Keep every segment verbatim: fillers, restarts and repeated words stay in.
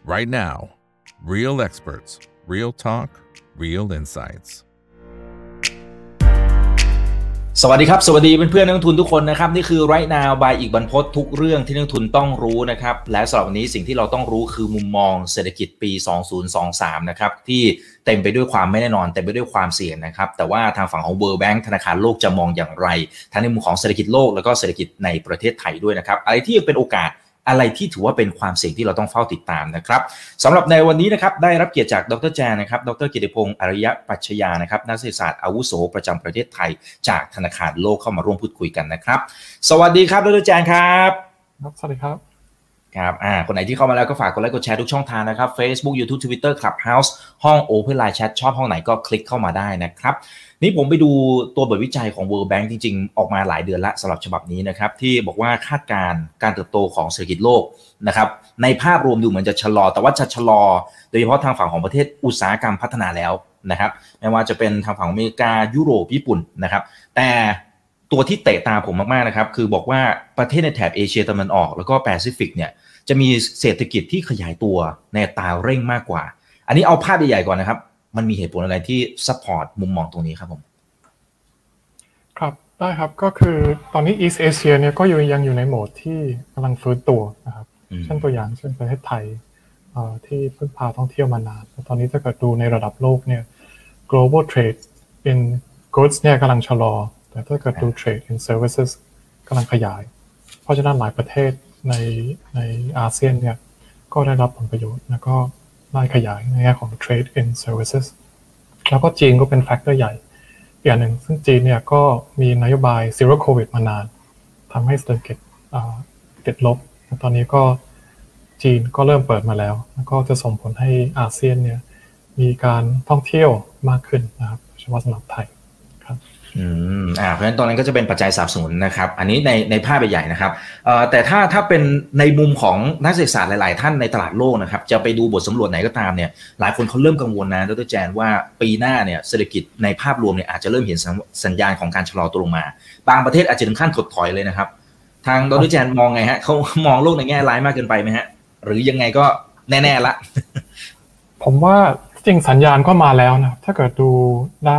right now. Real experts, real talk, real insights. สวัสดีครับสวัสดีเพื่อนๆนักลงทุนทุกคนนะครับนี่คือ Right Now by อีกบรรพตทุกเรื่องที่นักลงทุนต้องรู้นะครับและสำหรับวันนี้สิ่งที่เราต้องรู้คือมุมมองเศรษฐกิจปีสองพันยี่สิบสามนะครับที่เต็มไปด้วยความไม่แน่นอนเต็มไปด้วยความเสี่ยงนะครับแต่ว่าทางฝั่งของ World Bank ธนาคารโลกจะมองอย่างไรทั้งในมุมของเศรษฐกิจโลกแล้วก็เศรษฐกิจในประเทศไทยด้วยนะครับอะไรที่ยังเป็นโอกาสอะไรที่ถือว่าเป็นความเสี่ยงที่เราต้องเฝ้าติดตามนะครับสำหรับในวันนี้นะครับได้รับเกียรติจากดร.แจนนะครับดร.กิติพงษ์อริยปรัชญานะครับนักเศรษฐศาสตร์อาวุโสประจำประเทศไทยจากธนาคารโลกเข้ามาร่วมพูดคุยกันนะครับสวัสดีครับดร.แจนครับสวัสดีครับครับอ่าคนไหนที่เข้ามาแล้วก็ฝากกดไลค์กดแชร์ทุกช่องทางนะครับ Facebook YouTube Twitter Clubhouse ห้อง Open Line Chat ชอบห้องไหนก็คลิกเข้ามาได้นะครับนี่ผมไปดูตัวบทวิจัยของ World Bank จริงๆออกมาหลายเดือนละสำหรับฉบับนี้นะครับที่บอกว่าคาดการณ์การเติบโตของเศรษฐกิจโลกนะครับในภาพรวมดูเหมือนจะชะลอแต่ว่าจะชะลอโดยเฉพาะทางฝั่งของประเทศอุตสาหกรรมพัฒนาแล้วนะครับไม่ว่าจะเป็นทางฝั่งอเมริกายุโรปญี่ปุ่นนะครับแต่ตัวที่เตะตาผมมากๆนะครับคือบอกว่าประเทศในแถบเอเชียตะวันออกแล้วก็แปซิฟิกเนี่ยจะมีเศรษฐกิจที่ขยายตัวในอัตราเร่งมากกว่าอันนี้เอาภาพใหญ่ๆก่อนนะครับมันมีเหตุผลอะไรที่ซัพพอร์ตมุมมองตรงนี้ครับผมครับได้ครับก็คือตอนนี้ East Asia เนี่ยก็อยู่ยังอยู่ในโหมดที่กำลังฟื้นตัวนะครับเช่นตัวอย่างเช่นประเทศไทยที่พึ่งพาท่องเที่ยวมานานตอนนี้ถ้าเกิดดูในระดับโลกเนี่ย global trade in goods เนี่ยกำลังชะลอแต่ถ้าเกิดดู trade in services กำลังขยายเพราะฉะนั้นหลายประเทศในในอาเซียนเนี่ยก็ได้รับผลประโยชน์แล้วก็ได้ขยายในแง่ของ trade in services แล้วก็จีนก็เป็นแฟกเตอร์ใหญ่อย่างหนึ่งซึ่งจีนเนี่ยก็มีนโยบาย zero covid มานานทำให้เศรษฐกิจติดลบตอนนี้ก็จีนก็เริ่มเปิดมาแล้วแล้วก็จะส่งผลให้อาเซียนเนี่ยมีการท่องเที่ยวมากขึ้นนะครับเฉพาะสำหรับไทยครับอืมอ่าเพราะฉะนั้นตอนนั้นก็จะเป็นปัจจัยสนับสนุนนะครับอันนี้ในในภาพใหญ่ๆนะครับเอ่อแต่ถ้าถ้าเป็นในมุมของนักเศรษฐศาสตร์หลายๆท่านในตลาดโลกนะครับจะไปดูบทสำรวจไหนก็ตามเนี่ยหลายคนเขาเริ่มกังวลนะดร.แจนว่าปีหน้าเนี่ยเศรษฐกิจในภาพรวมเนี่ยอาจจะเริ่มเห็นสัญญาณของการชะลอตัวลงมาบางประเทศอาจจะถึงขั้นถดถอยเลยนะครับทางดร.แจนมองไงฮะเขามองโลกในแง่ร้ายมากเกินไปไหมฮะหรือยังไงก็แน่ๆละผมว่าจริงสัญญาณก็มาแล้วนะถ้าเกิดดูด้าน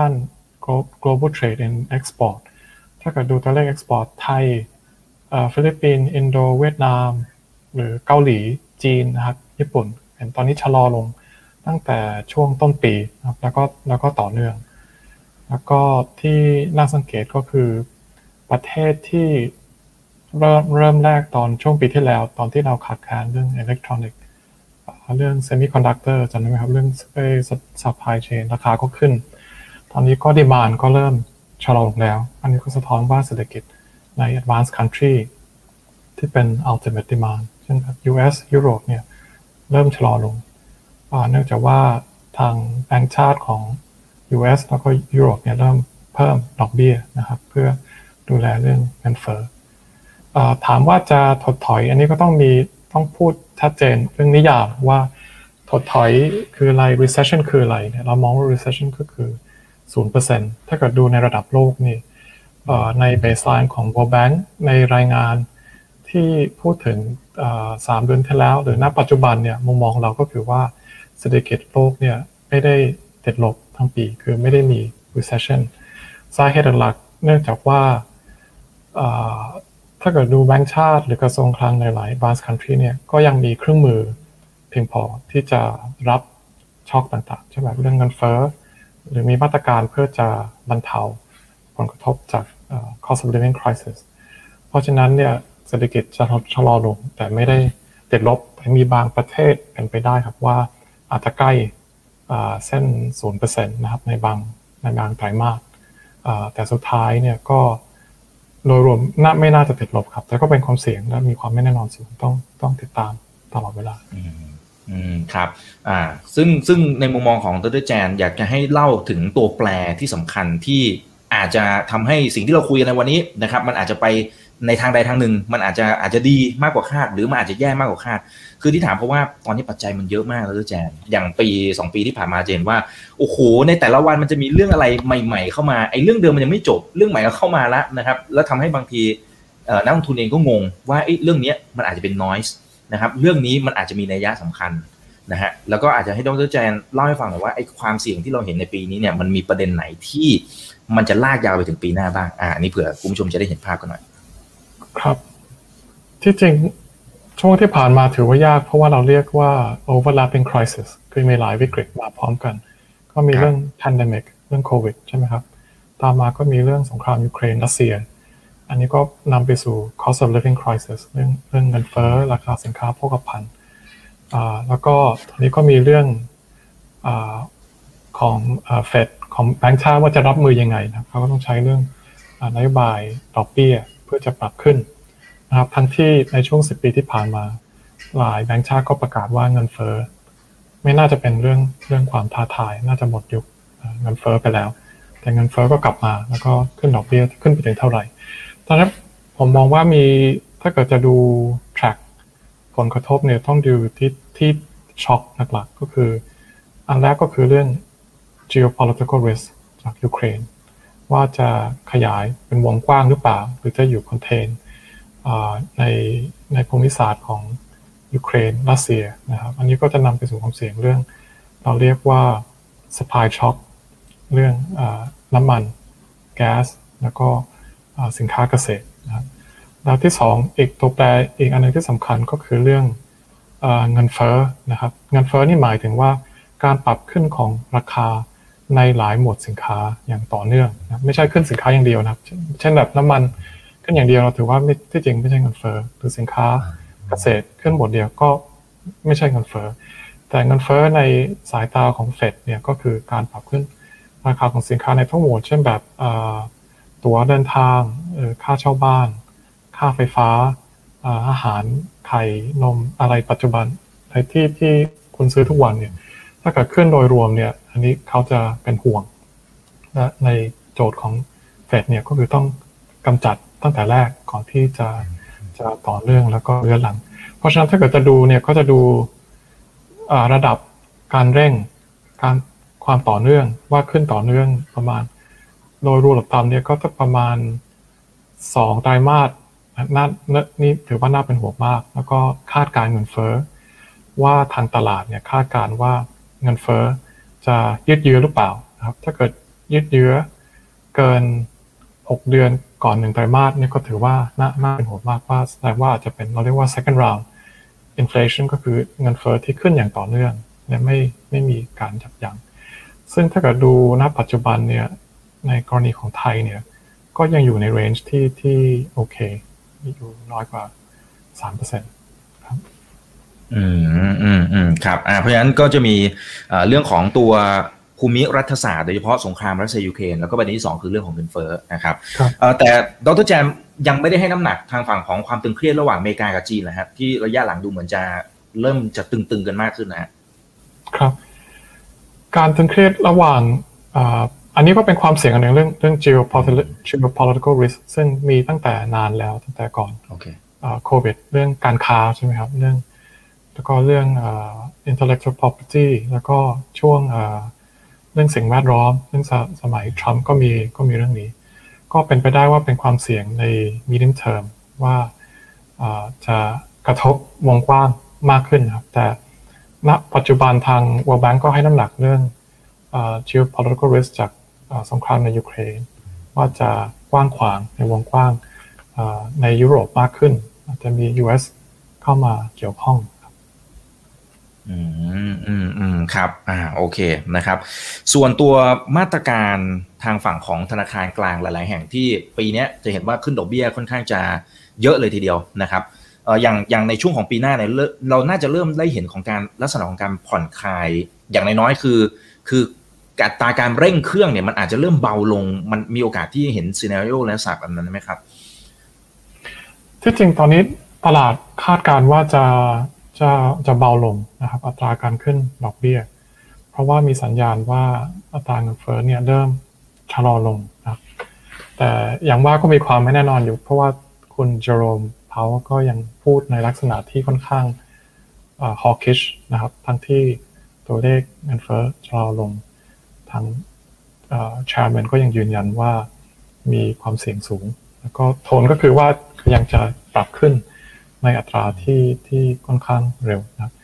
global trade and export ถ้าเกิดดูตัวเลข export ไทยฟิลิปปินส์อินโดเวียดนามหรือเกาหลีจีนนะครับญี่ปุ่นเห็นตอนนี้ชะลอลงตั้งแต่ช่วงต้นปีนะครับแล้วก็แล้วก็ต่อเนื่องแล้วก็ที่น่าสังเกตก็คือประเทศที่เริ่มเริ่มแรกตอนช่วงปีที่แล้วตอนที่เราขาดแคลนเรื่องอิเล็กทรอนิกส์เรื่องเซมิคอนดักเตอร์จำได้ไหมครับเรื่องซัพพลายเชนราคาก็ขึ้นตอนนี้ก็ดีมานด์ก็เริ่มชะลอลงแล้วอันนี้ก็สะท้อนว่าเศรษฐกิจใน advanced country ที่เป็น ultimate demand เช่นแบบ ยู เอส ยุโรปเนี่ยเริ่มชะลอลงเนื่องจากว่าทางแบงก์ชาติของ ยู เอส แล้วก็ยุโรปเนี่ยเริ่มเพิ่มดอกเบี้ยนะครับเพื่อดูแลเรื่องเงินเฟ้อถามว่าจะถดถอยอันนี้ก็ต้องมีต้องพูดชัดเจนเรื่องนิยามว่าถดถอยคืออะไร recession คืออะไรเนี่ยเรามองว่า recession ก็คือ ศูนย์เปอร์เซ็นต์ ถ้าเกิดดูในระดับโลกนี่ใน baseline ของ World Bank ในรายงานที่พูดถึงสามเดือนที่แล้วหรือณปัจจุบันเนี่ยมุมมองเราก็คือว่าเศรษฐกิจโลกเนี่ยไม่ได้ติดลบทั้งปีคือไม่ได้มี recession สาเหตุหลักเนื่องจากว่าถ้าเกิดดูแบงก์ชาติหรือกระทรวงคลังในหลาย advanced country เนี่ยก็ยังมีเครื่องมือเพียงพอที่จะรับช็อคต่างๆเช่นแบบเรื่องเงินเฟ้อหรือมีมาตรการเพื่อจะบรรเทาผลกระทบจาก cost of living crisis เพราะฉะนั้นเนี่ยเศรษฐกิจจะชะลอลงแต่ไม่ได้ติดลบแต่มีบางประเทศเป็นไปได้ครับว่าอาจจะใกล้เส้น ศูนย์เปอร์เซ็นต์ นะครับในบางในบางไตรมาสแต่สุดท้ายเนี่ยก็โดยรวมน่าไม่น่าจะติดลบครับแต่ก็เป็นความเสี่ยงและมีความไม่แน่นอนสูงต้องต้องติดตามตลอดเวลาอืมอืมครับอ่าซึ่งซึ่งในมุมมองของดร.แจนอยากจะให้เล่าถึงตัวแปรที่สำคัญที่อาจจะทำให้สิ่งที่เราคุยกันในวันนี้นะครับมันอาจจะไปในทางใดทางหนึ่งมันอาจจะอาจจะดีมากกว่าคาดหรือมันอาจจะแย่มากกว่าคาดคือที่ถามเพราะว่าตอนนี้ปัจจัยมันเยอะมากแล้วดร.แจนอย่างปีสองปีที่ผ่านมาเจนว่าโอ้โหในแต่ละวันมันจะมีเรื่องอะไรใหม่ๆเข้ามาไอ้เรื่องเดิมมันยังไม่จบเรื่องใหม่ก็เข้ามาแล้วนะครับแล้วทำให้บางทีเอ่อนักลงทุนเองก็งงว่าไอ้เรื่องนี้มันอาจจะเป็น noise นะครับเรื่องนี้มันอาจจะมีนัยยะสำคัญนะฮะแล้วก็อาจจะให้ดร.แจนเล่าให้ฟังหน่อยว่าไอ้ความเสี่ยงที่เราเห็นในปีนี้เนี่ยมันมีประเด็นไหนที่มันจะลากยาวไปถึงปีหน้าบ้างอ่านี่เผื่อคุณผู้ชมจะได้เห็นภาพกันหน่อยครับที่จริงช่วงที่ผ่านมาถือว่ายากเพราะว่าเราเรียกว่า overlapping crisis คือมีหลายวิกฤตมาพร้อมกันก็มีเรื่อง pandemic เรื่องโควิดใช่ไหมครับตามมาก็มีเรื่องสงครามยูเครนรัสเซียอันนี้ก็นำไปสู่ cost of living crisis เรื่องเรื่องเงินเฟ้อราคาสินค้าโภคภัณฑ์อ่าแล้วก็ตอนนี้ก็มีเรื่องอ่าของอ่าเฟดของแบงก์ชาติว่าจะรับมือยังไงนะครับเขาก็ต้องใช้เรื่องนโยบายดอกเบี้ยเพื่อจะปรับขึ้นนะครับทั้งที่ในช่วงสิบปีที่ผ่านมาหลายแบงก์ชาติก็ประกาศว่าเงินเฟ้อไม่น่าจะเป็นเรื่องเรื่องความท้าทายน่าจะหมดยุคเงินเฟ้อไปแล้วแต่เงินเฟ้อก็กลับมาแล้วก็ขึ้นดอกเบี้ยขึ้นไปถึงเท่าไหร่ตอนนี้ผมมองว่ามีถ้าเกิดจะดู track ผลกระทบเนี่ยต้องดูที่ที่ช็อคหลักๆก็คืออันแรกก็คือเรื่อง geopolitical risk จากยูเครนว่าจะขยายเป็นวงกว้างหรือเปล่าหรือจะอยู่คอนเทนในในภูมิศาสตร์ของยูเครนรัสเซียนะครับอันนี้ก็จะนำไปสู่ความเสี่ยงเรื่องเราเรียกว่า supply shock เรื่องอน้ำมันแก๊สแล้วก็สินค้าเกษตรนะครับแล้วที่สองอีกตัวแปรอีกอันนึงที่สำคัญก็คือเรื่องเอ่อเงินเฟ้อนะครับเงินเฟ้อนี่หมายถึงว่าการปรับขึ้นของราคาในหลายหมวดสินค้าอย่างต่อเนื่องนะไม่ใช่ขึ้นสินค้าอย่างเดียวนะครับเช่นแบบน้ำมันขึ้นอย่างเดียวเราถือว่าไม่ที่จริงไม่ใช่เงินเฟ้อหรือสินค้าเกษตรขึ้นหมดเดียวก็ไม่ใช่เงินเฟ้อแต่เงินเฟ้อในสายตาของเฟดเนี่ยก็คือการปรับขึ้นราคาของสินค้าในทั้งหมดเช่นแบบตั๋วเดินทางค่าเช่าบ้านค่าไฟฟ้าอาหารไข่นมอะไรปัจจุบันในที่ที่คุณซื้อทุกวันเนี่ยถ้าเกิดขึ้นโดยรวมเนี่ยอันนี้เขาจะเป็นห่วงและในโจทย์ของเฟดเนี่ยก็คือต้องกำจัดตั้งแต่แรกก่อนที่จะจะต่อเนื่องแล้วก็เรื้อรังเพราะฉะนั้นถ้าเกิดจะดูเนี่ยก็จะดูระดับการเร่งการความต่อเนื่องว่าขึ้นต่อเนื่องประมาณโดยรูปธรรมเนี่ยก็จะประมาณสองไตรมาสน่านี่ถือว่าน่าเป็นห่วงมากแล้วก็คาดการเงินเฟ้อว่าทางตลาดเนี่ยคาดการว่าเงินเฟ้อจะยืดเยื้อหรือเปล่านะครับถ้าเกิดยืดเยื้อเกินหกเดือนก่อนหนึ่งไตรมาสเนี่ยก็ถือว่าน่าน่าเป็นห่วงมากว่าแสดงว่าอาจจะเป็นเราเรียกว่า second round inflation ก็คือเงินเฟ้อที่ขึ้นอย่างต่อเนื่องและไม่ไม่มีการยับยั้งซึ่งถ้าเกิดดูณปัจจุบันเนี่ยในกรณีของไทยเนี่ยก็ยังอยู่ในเรนจ์ที่ที่โอเคอยู่น้อยกว่า สามเปอร์เซ็นต์ ครับอืมอืมอืมครับอ่าเพราะฉะนั้นก็จะมีเรื่องของตัวภูมิรัฐศาสตร์โดยเฉพาะสงครามรัสเซียยูเครนแล้วก็ประเด็นที่สองคือเรื่องของเงินเฟ้อนะครับแต่ดร.แจมยังไม่ได้ให้น้ำหนักทางฝั่งของความตึงเครียดระหว่างอเมริกากับจีนนะครับที่ระยะหลังดูเหมือนจะเริ่มจะตึงๆกันมากขึ้นนะครับการตึงเครียดระหว่างอ่าอันนี้ก็เป็นความเสี่ยงอันหนึ่งเรื่องเรื่อง geopolitical risk ซึ่งมีตั้งแต่นานแล้วตั้งแต่ก่อนโควิดเรื่องการค้าใช่ไหมครับเรื่องแล้วก็เรื่อง intellectual property แล้วก็ช่วงเรื่องสิ่งแวดล้อมเรื่องสมัยทรัมป์ก็มีก็มีเรื่องนี้ก็เป็นไปได้ว่าเป็นความเสี่ยงใน medium term ว่าจะกระทบวงกว้างมากขึ้นครับแต่ณปัจจุบันทาง World Bank ก็ให้น้ำหนักเรื่องgeopolitical risk จากสงครามในยูเครนว่าจะกว้างขวางในวงกว้างในยุโรปมากขึ้นอาจจะมี ยู เอส เข้ามาเกี่ยวข้องครับอืมอืมอืมครับอ่าโอเคนะครับส่วนตัวมาตรการทางฝั่งของธนาคารกลางหลายๆแห่งที่ปีนี้จะเห็นว่าขึ้นดอกเบี้ยค่อนข้างจะเยอะเลยทีเดียวนะครับเอ่ออย่างอย่างในช่วงของปีหน้าเนี่ยเราน่าจะเริ่มได้เห็นของการลักษณะของการผ่อนคลายอย่างน้อยๆคือคืออัตราการเร่งเครื่องเนี่ยมันอาจจะเริ่มเบาลงมันมีโอกาสที่เห็นซีนาริโอและสถานแบบนั้นไหมครับที่จริงตอนนี้ตลาดคาดการณ์ว่าจะจะจะเบาลงนะครับอัตราการขึ้นดอกเบี้ยเพราะว่ามีสัญญาณว่าอัตราเงินเฟ้อเนี่ยเริ่มชะลอลงนะครับแต่อย่างว่าก็มีความไม่แน่นอนอยู่เพราะว่าคุณเจอโรมพาวก็ยังพูดในลักษณะที่ค่อนข้างเอ่อ hawkish นะครับทั้งที่ตัวเลขเงินเฟ้อชะลอลงทางเอ่อ chairman ก็ยังยืนยันว่ามีความเสี่ยงสูงแล้วก็โทนก็คือว่ายังจะปรับขึ้นในอัตราที่ที่ค่อนข้างเร็วนะครับ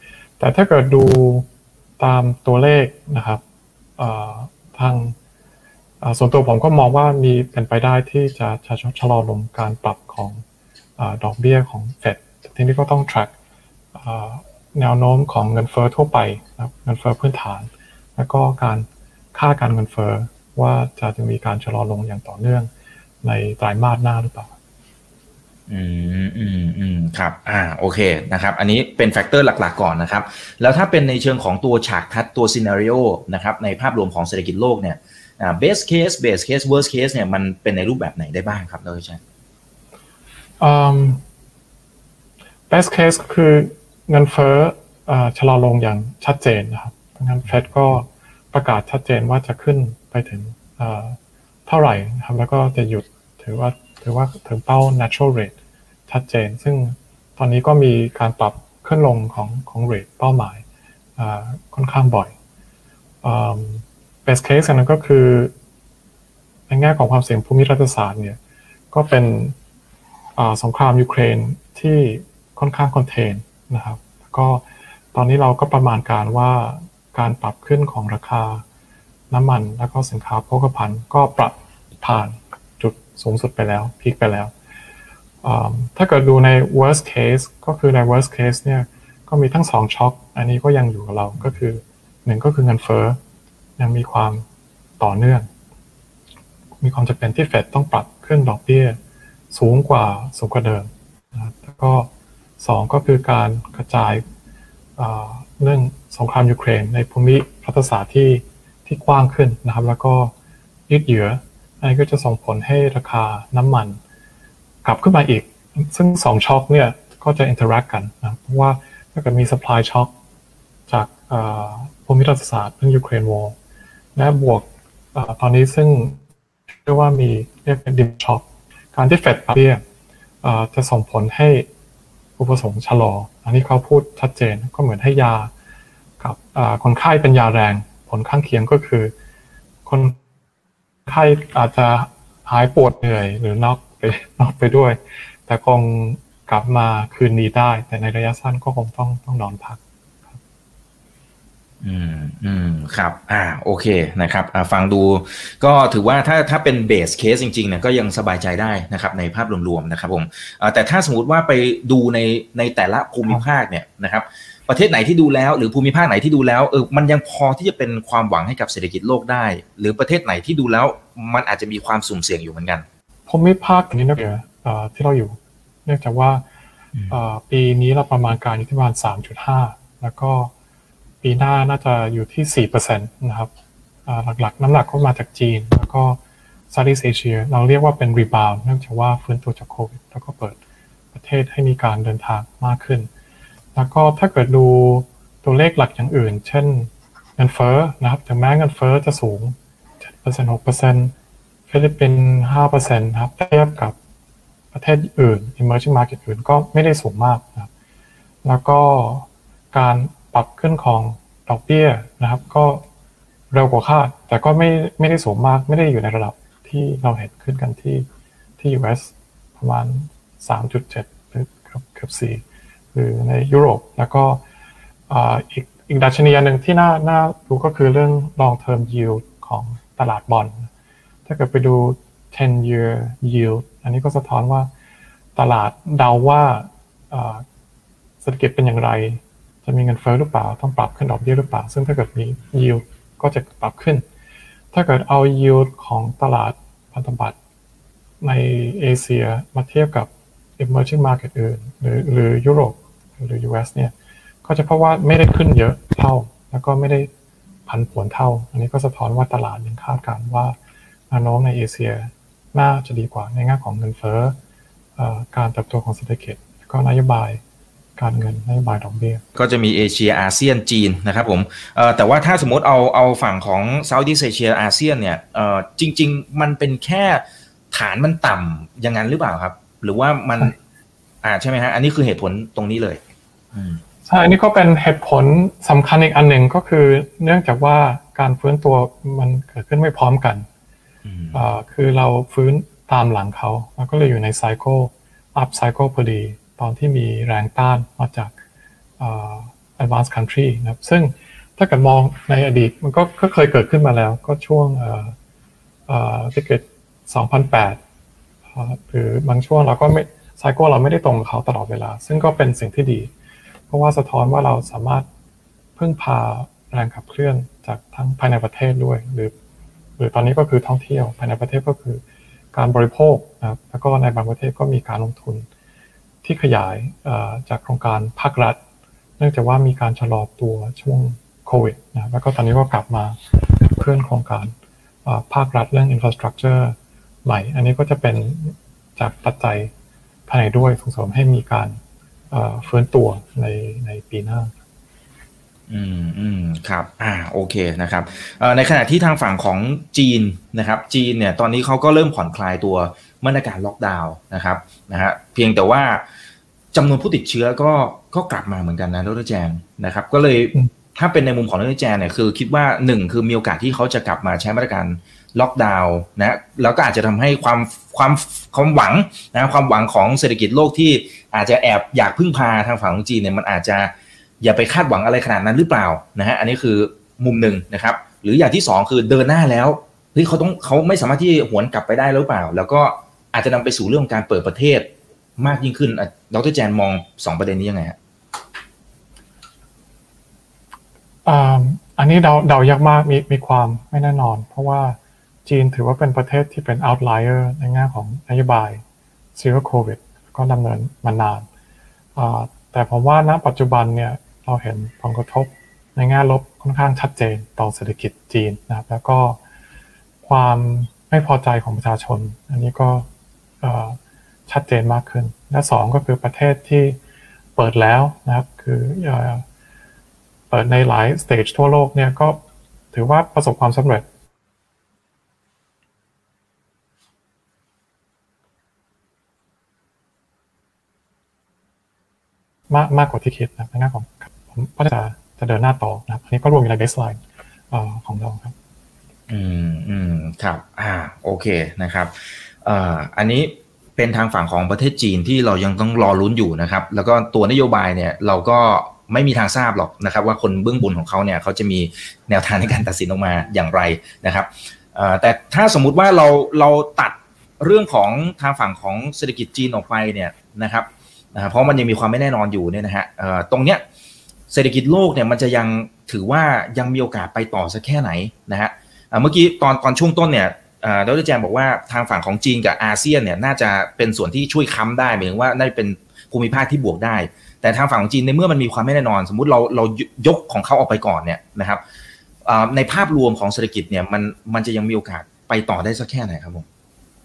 แต่ถ้าเกิดดูตามตัวเลขนะครับทางส่วนตัวผมก็มองว่ามีเป็นไปได้ที่จะชะลอลงการปรับของดอกเบี้ยของเฟดทีนี้ก็ต้อง track แนวโน้มของเงินเฟ้อทั่วไปนะครับเงินเฟ้อพื้นฐานแล้วก็การค่าการเงินเฟ้อว่าจะจะมีการชะลอลงอย่างต่อเนื่องในไตรมาสหน้าหรือเปล่าอืมอืมอืมครับอ่าโอเคนะครับอันนี้เป็นแฟกเตอร์หลักๆก่อนนะครับแล้วถ้าเป็นในเชิงของตัวฉากทัดตัวซีนาริโอนะครับในภาพรวมของเศรษฐกิจโลกเนี่ยอ่า best case best case worst case เนี่ยมันเป็นในรูปแบบไหนได้บ้างครับเราจะใช่อืม best case ก็คือเงินเฟ้ออ่าชะลอลงอย่างชัดเจนนะครับงั้นเฟดก็ประกาศชัดเจนว่าจะขึ้นไปถึงอ่าเท่าไหร่นะครับแล้วก็จะหยุดถือว่าถือว่าถึงเป้า natural rate ชัดเจนซึ่งตอนนี้ก็มีการปรับขึ้นลงของของ rate เป้าหมายอ่าค่อนข้างบ่อยอ่า best case นั้นก็คือในแง่ของความเสี่ยงภูมิรัฐศาสตร์เนี่ยก็เป็นอ่าสงครามยูเครนที่ค่อนข้างคอนเทนนะครับก็ตอนนี้เราก็ประมาณการว่าการปรับขึ้นของราคาน้ำมันแล้วก็สินค้าโภคภัณฑ์ก็ปรับผ่านจุดสูงสุดไปแล้วพีคไปแล้วถ้าเกิดดูใน worst case ก็คือใน worst case เนี่ยก็มีทั้งสองช็อคอันนี้ก็ยังอยู่กับเราก็คือหนึ่งก็คือเงินเฟ้อยังมีความต่อเนื่องมีความจำเป็นที่เฟดต้องปรับขึ้นดอกเบี้ยสูงกว่าสูงกว่าเดิมนะครับแล้วก็สองก็คือการกระจายเรื่องสงครามยูเครนในภูมิรัฐศาสตร์ที่ที่กว้างขึ้นนะครับแล้วก็ยืดเยื้ออันนี้ก็จะส่งผลให้ราคาน้ำมันกลับขึ้นมาอีกซึ่งสองช็อคเนี่ยก็จะอินเทอร์แอคกันนะเพราะว่าถ้าเกิดมี supply shock จากภูมิรัฐศาสตร์เรื่องยูเครนวอร์และบวกตอนนี้ซึ่งเรียกว่ามีเรียกเป็นดิมช็อคการที่เฟดปรับเบี้ยจะส่งผลให้อุปสงค์ชะลออันนี้เขาพูดชัดเจนก็เหมือนให้ยากับคนไข้เป็นยาแรงผลข้างเคียงก็คือคนไข้อาจจะหายปวดเหนื่อยหรือน็อกไปน็อกไปด้วยแต่คงกลับมาคืนนี้ได้แต่ในระยะสั้นก็คงต้องต้องนอนพักอืมอืมครับอ่าโอเคนะครับอ่าฟังดูก็ถือว่าถ้าถ้าเป็นเบสเคสจริงๆเนี่ยก็ยังสบายใจได้นะครับในภาพรวมๆนะครับผมอ่าแต่ถ้าสมมติว่าไปดูในในแต่ละภูมิภาคเนี่ยนะครับประเทศไหนที่ดูแล้วหรือภูมิภาคไหนที่ดูแล้วเออมันยังพอที่จะเป็นความหวังให้กับเศรษฐกิจโลกได้หรือประเทศไหนที่ดูแล้วมันอาจจะมีความสุ่มเสี่ยงอยู่เหมือนกันภูมิภาคนี้นะเดี๋ยวอ่าที่เราอยู่เนื่องจากว่าอ่าปีนี้เราประมาณการอยู่ที่ประมาณ สามจุดห้า แล้วก็ปีหน้าน่าจะอยู่ที่ สี่เปอร์เซ็นต์ นะครับหลักๆน้ำหนักก็มาจากจีนแล้วก็ Southeast Asia เราเรียกว่าเป็น rebound เนื่องจากว่าฟื้นตัวจากโควิดแล้วก็เปิดประเทศให้มีการเดินทางมากขึ้นแล้วก็ถ้าเกิดดูตัวเลขหลักอย่างอื่นเช่นเงินเฟ้อนะครับถึงแม้เงินเฟ้อจะสูง เจ็ดเปอร์เซ็นต์ หกเปอร์เซ็นต์ ฟิลิปปินส์ ห้าเปอร์เซ็นต์ ครับเทียบกับประเทศอื่น emerging market อื่นก็ไม่ได้สูงมากนะครับแล้วก็การปรับขึ้นของดอกเบี้ยนะครับก็เร็วกว่าคาดแต่ก็ไม่ไม่ได้สูงมากไม่ได้อยู่ในระดับที่เราเห็นขึ้นกันที่ที่ ยู เอส ประมาณ สามจุดเจ็ด หรือเกือบเกือบสี่หรือในยุโรปแล้วก็อีกอีกดัชนีนึงที่น่าน่าดูก็คือเรื่อง long term yield ของตลาดบอนด์ถ้าเกิดไปดู ten year yield อันนี้ก็สะท้อนว่าตลาดเดาว่าเศรษฐกิจเป็นอย่างไรจะมีเงินเฟ้อหรือเปล่าต้องปรับขึ้นดอกเบี้ยหรือเปล่าซึ่งถ้าเกิดมี yield ก็จะปรับขึ้นถ้าเกิดเอา yield ของตลาดพันธบัตรในเอเชียมาเทียบกับ emerging market อื่นหรือหรือยุโรปหรือ ยู เอส เนี่ยก็จะเพราะว่าไม่ได้ขึ้นเยอะเท่าแล้วก็ไม่ได้ผันผวนเท่าอันนี้ก็สะท้อนว่าตลาดยังคาดการณ์ว่าแนวโน้มในเอเชียน่าจะดีกว่าในแง่ของเงินเฟ้อการเติบโตของเศรษฐกิจก็นโยบายการเงินนโยบายดอกเบี้ยก็จะมีเอเชียอาเซียนจีนนะครับผมเอ่อแต่ว่าถ้าสมมติเอาเอาฝั่งของ Southeast Asia อาเซียนเนี่ยเอ่อจริงๆมันเป็นแค่ฐานมันต่ำอย่างนั้นหรือเปล่าครับหรือว่ามันอ่าใช่ไหมฮะอันนี้คือเหตุผลตรงนี้เลยใช่อันนี้ก็เป็นเหตุผลสำคัญอีกอันหนึ่งก็คือเนื่องจากว่าการฟื้นตัวมันเกิดขึ้นไม่พร้อมกันอ่าคือเราฟื้นตามหลังเขาแล้วก็เลยอยู่ในไซเคิลอัพไซเคิลพอดีตอนที่มีแรงต้านมาจากไอ advanced country นะครับซึ่งถ้าเกิดมองในอดีตมันก็เคยเกิดขึ้นมาแล้วก็ช่วงเอ่อเอ่อที่เกิดสองพันแปดหรือบางช่วงเราก็ไม่ไซเคิลเราไม่ได้ตรงกับเขาตลอดเวลาซึ่งก็เป็นสิ่งที่ดีเพราะว่าสะท้อนว่าเราสามารถพึ่งพาแรงขับเคลื่อนจากทั้งภายในประเทศด้วยหรือหรือตอนนี้ก็คือท่องเที่ยวภายในประเทศก็คือการบริโภคนะครับแล้วก็ในบางประเทศก็มีการลงทุนที่ขยายจากโครงการภาครัฐเนื่องจากว่ามีการชะลอตัวช่วงโควิดนะแล้วก็ตอนนี้ก็กลับมาเคลื่อนโครงการภาครัฐเรื่อง infrastructure ใหม่อันนี้ก็จะเป็นจากปัจจัยภายในด้วยส่งเสริมให้มีการฟื้นตัวในในปีหน้าอืมอืมครับอ่าโอเคนะครับเอ่อในขณะที่ทางฝั่งของจีนนะครับจีนเนี่ยตอนนี้เขาก็เริ่มผ่อนคลายตัวมาตรการล็อกดาวน์นะครับนะฮะเพียงแต่ว่าจำนวนผู้ติดเชื้อก็ก็กลับมาเหมือนกันนะดร.แจงนะครับก็เลยถ้าเป็นในมุมของดร.แจงเนี่ยคือคิดว่าหนึ่งคือมีโอกาสที่เขาจะกลับมาใช้มาตรการล็อกดาวน์นะแล้วก็อาจจะทำให้ความความความหวังนะความหวังของเศรษฐกิจโลกที่อาจจะแอบอยากพึ่งพาทางฝั่งของจีนเนี่ยมันอาจจะอย่าไปคาดหวังอะไรขนาดนั้นหรือเปล่านะฮะอันนี้คือมุมหนึ่งนะครับหรืออย่างที่สองคือเดินหน้าแล้วเฮ้ยเขาต้องเขาไม่สามารถที่หวนกลับไปได้หรือเปล่าแล้วก็อาจจะนำไปสู่เรื่องการเปิดประเทศมากยิ่งขึ้นดร.แจนมองสองประเด็นนี้ยังไงฮะอันนี้เดาเดายากมากมีมีความไม่แน่นอนเพราะว่าจีนถือว่าเป็นประเทศที่เป็น outlier ในแง่ของนโยบาย zero covid ก็ดำเนินมานานแต่ผมว่าณปัจจุบันเนี่ยเราเห็นผลกระทบในแง่ลบค่อนข้างชัดเจนต่อเศรษฐกิจจีนนะครับแล้วก็ความไม่พอใจของประชาชนอันนี้ก็ชัดเจนมากขึ้นและสองก็คือประเทศที่เปิดแล้วนะครับคือเปิดในหลายสเตจทั่วโลกเนี่ยก็ถือว่าประสบความสำเร็จมากมากกว่าที่คิดนะในแง่ของผมก็จะจะเดินหน้าต่อนะครับอันนี้ก็รวมอยู่ในเบสไลน์ของเราครับอืมอืมครับอ่าโอเคนะครับเอ่ออันนี้เป็นทางฝั่งของประเทศจีนที่เรายังต้องรอลุ้นอยู่นะครับแล้วก็ตัวนโยบายเนี่ยเราก็ไม่มีทางทราบหรอกนะครับว่าคนเบื้องบนของเขาเนี่ยเขาจะมีแนวทางในการตัดสินออกมาอย่างไรนะครับเอ่อแต่ถ้าสมมุติว่าเราเราตัดเรื่องของทางฝั่งของเศรษฐกิจจีนออกไปเนี่ยนะครับนะเพราะมันยังมีความไม่แน่นอนอยู่เนี่ยนะฮะเอ่อตรงเนี้ยเศรษฐกิจโลกเนี่ยมันจะยังถือว่ายังมีโอกาสไปต่อสักแค่ไหนนะฮะเมื่อกี้ตอนตอนช่วงต้นเนี่ยดร.แจมบอกว่าทางฝั่งของจีนกับอาเซียนเนี่ยน่าจะเป็นส่วนที่ช่วยค้ำได้หมายถึงว่าน่าจะเป็นภูมิภาคที่บวกได้แต่ทางฝั่งของจีนในเมื่อมันมีความไม่แน่นอนสมมุติเราเรายกของเขาออกไปก่อนเนี่ยนะครับในภาพรวมของเศรษฐกิจเนี่ยมันมันจะยังมีโอกาสไปต่อได้สักแค่ไหนครับผม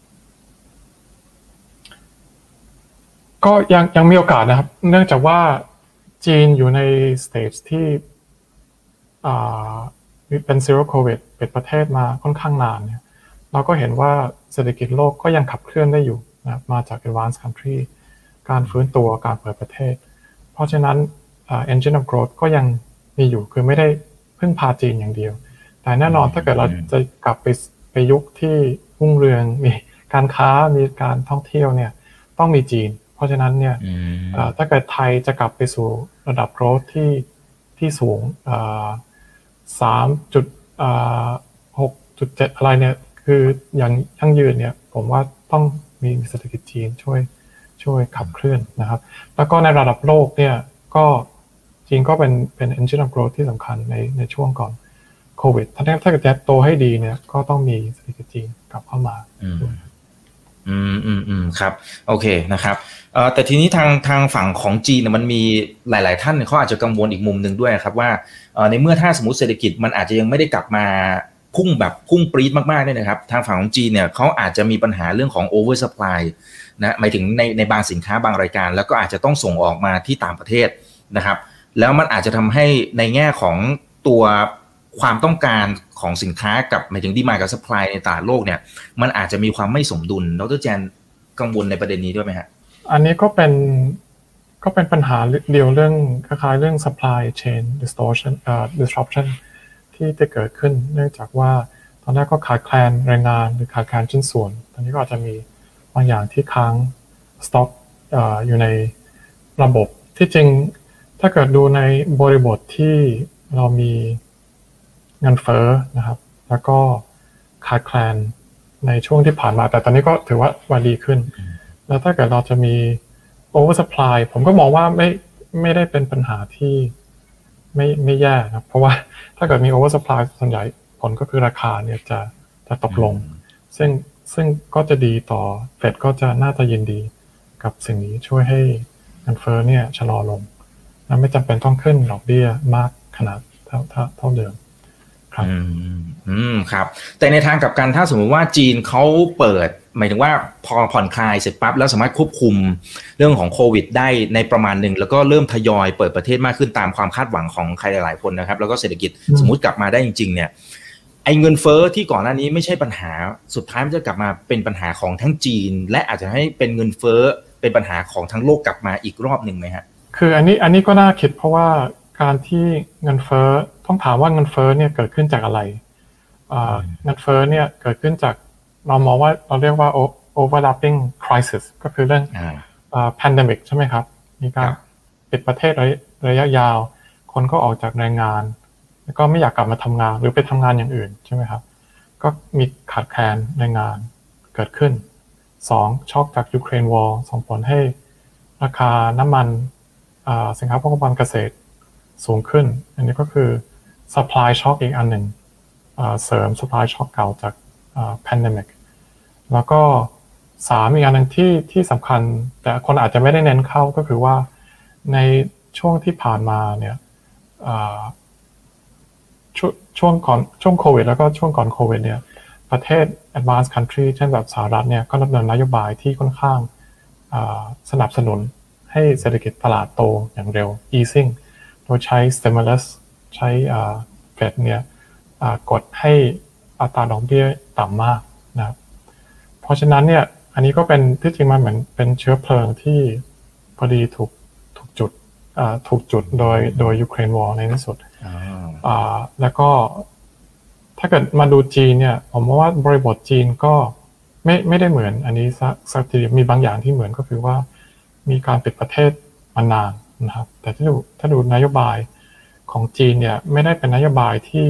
ก็ยังยังมีโอกาสนะครับเนื่องจากว่าจีนอยู่ในสเตจที่อ่าเป็นซีโร่โควิดเป็นประเทศมาค่อนข้างนานเนี่ยเราก็เห็นว่าเศรษฐกิจโลกก็ยังขับเคลื่อนได้อยู่นะมาจาก advanced country การฟื้นตัวการเปิดประเทศเพราะฉะนั้น engine of growth ก็ยังมีอยู่คือไม่ได้พึ่งพาจีนอย่างเดียวแต่แน่นอนถ้าเกิดเราจะกลับไปไปยุคที่รุ่งเรืองมีการค้ามีการท่องเที่ยวเนี่ยต้องมีจีนเพราะฉะนั้นเนี่ยถ้าเกิดไทยจะกลับไปสู่ระดับ growth ที่ที่สูงสามจุดหกจุดเจ็ดอะไรเนี่ยคืออย่างยั่งยืนเนี่ยผมว่าต้องมีเศรษฐกิจจีนช่วยช่วยขับเคลื่อนนะครับแล้วก็ในระดับโลกเนี่ยก็จีนก็เป็นเป็น engine of growth ที่สำคัญในในช่วงก่อนโควิดถ้าถ้าเกิดจะโตให้ดีเนี่ยก็ต้องมีเศรษฐกิจจีนกลับเข้ามาอืมอืมอืมครับโอเคนะครับเอ่อแต่ทีนี้ทางทางฝั่งของจีนเนี่ยมันมีหลายๆท่านเขาอาจจะกังวลอีกมุมนึงด้วยครับว่าเอ่อในเมื่อถ้าสมมุติเศรษฐกิจมันอาจจะยังไม่ได้กลับมาพุ่งแบบพุ่งปรี๊ดมากๆเนี่ยนะครับทางฝั่งของจีนเนี่ยเขาอาจจะมีปัญหาเรื่องของ over supply นะหมายถึงในในบางสินค้าบางรายการแล้วก็อาจจะต้องส่งออกมาที่ต่างประเทศนะครับแล้วมันอาจจะทำให้ในแง่ของตัวความต้องการของสินค้ากับหมายถึงดีมานด์กับซัพพลายในตลาดโลกเนี่ยมันอาจจะมีความไม่สมดุลดร.แจนกังวลในประเด็นนี้ด้วยไหมฮะอันนี้ก็เป็นก็เป็นปัญหาเดียวเรื่องคล้ายๆเรื่อง supply chain distortion เอ่อ disruption ที่จะเกิดขึ้นเนื่องจากว่าตอนแรกก็ขาดแคลนแรงงานหรือขาดแคลนชิ้นส่วนตอนนี้ก็อาจจะมีบางอย่างที่ค้างสต็อกเอ่ออยู่ในระบบที่จริงถ้าเกิดดูในบริบทที่เรามีเงินเฟ้อนะครับแล้วก็ขาดแคลนในช่วงที่ผ่านมาแต่ตอนนี้ก็ถือว่าว่าดีขึ้นแล้วถ้าเกิดเราจะมี oversupply ผมก็มองว่าไม่ไม่ได้เป็นปัญหาที่ไม่ไม่แย่นะเพราะว่าถ้าเกิดมี oversupply ส่วนใหญ่ผลก็คือราคาเนี่ยจะจะตกลงซึ่งซึ่งก็จะดีต่อเฟดก็จะน่าจะยินดีกับสิ่งนี้ช่วยให้เงินเฟ้อเนี่ยชะลอลงและไม่จำเป็นต้องขึ้นดอกเบี้ยมากขนาดเท่าเท่าเท่าเดิมครับอืมอืมครับแต่ในทางกลับกันถ้าสมมติว่าจีนเขาเปิดหมายถึงว่าพอผ่อนคลายเสร็จปั๊บแล้วสามารถควบคุมเรื่องของโควิดได้ในประมาณหนึ่งแล้วก็เริ่มทยอยเปิดประเทศมากขึ้นตามความคาดหวังของใครหลายๆคนนะครับแล้วก็เศรษฐกิจสมมุติกลับมาได้จริงๆเนี่ยไอ้เงินเฟ้อที่ก่อนหน้านี้ไม่ใช่ปัญหาสุดท้ายมันจะกลับมาเป็นปัญหาของทั้งจีนและอาจจะให้เป็นเงินเฟ้อเป็นปัญหาของทั้งโลกกลับมาอีกรอบนึงมั้ยฮะคืออันนี้อันนี้ก็น่าคิดเพราะว่าการที่เงินเฟ้อต้องถามว่าเงินเฟ้อเนี่ยเกิดขึ้นจากอะไรเงินเฟ้อเนี่ยเกิดขึ้นจากเรามองว่าเราเรียกว่า overlapping crisis ก็คือเรื่อง pandemic ใช่ไหมครับมีการปิดประเทศระยะยาวคนก็ออกจากแรงงานแล้วก็ไม่อยากกลับมาทำงานหรือไปทำงานอย่างอื่นใช่ไหมครับก็มีขาดแคลนแรงงานเกิดขึ้นสองช็อคจากยูเครนวอร์ส่งผลให้ราคาน้ำมันสินค้าโภคภัณฑ์เกษตรสูงขึ้นอันนี้ก็คือ supply shock อีกอันหนึ่งเสริม supply shock เก่าจาก pandemic แล้วก็สามอีกอันหนึ่งที่ที่สำคัญแต่คนอาจจะไม่ได้เน้นเข้าก็คือว่าในช่วงที่ผ่านมาเนี่ยช่วงก่อนช่วงโควิดแล้วก็ช่วงก่อนโควิดเนี่ยประเทศ advanced country เช่นแบบสหรัฐเนี่ยก็ดำเนินนโยบายที่ค่อนข้างสนับสนุนให้เศรษฐกิจตลาดโตอย่างเร็ว easing โดยใช้ stimulus ใช้เฟดเนี่ยกดให้อัตราดอกเบี้ยต่ำมากนะครับเพราะฉะนั้นเนี่ยอันนี้ก็เป็นที่จริงมันเหมือนเป็นเชื้อเพลิงที่พอดีถูกถูกจุดถูกจุดโดยโดยยูเครนวอร์ในที่สุดแล้วก็ถ้าเกิดมาดูจีนเนี่ยผมว่าบริบทจีนก็ไม่ไม่ได้เหมือนอันนี้สักสักทีมีบางอย่างที่เหมือนก็คือว่ามีการปิดประเทศมานานนะครับแต่ถ้าดูถ้าดูนโยบายของจีนเนี่ยไม่ได้เป็นนโยบายที่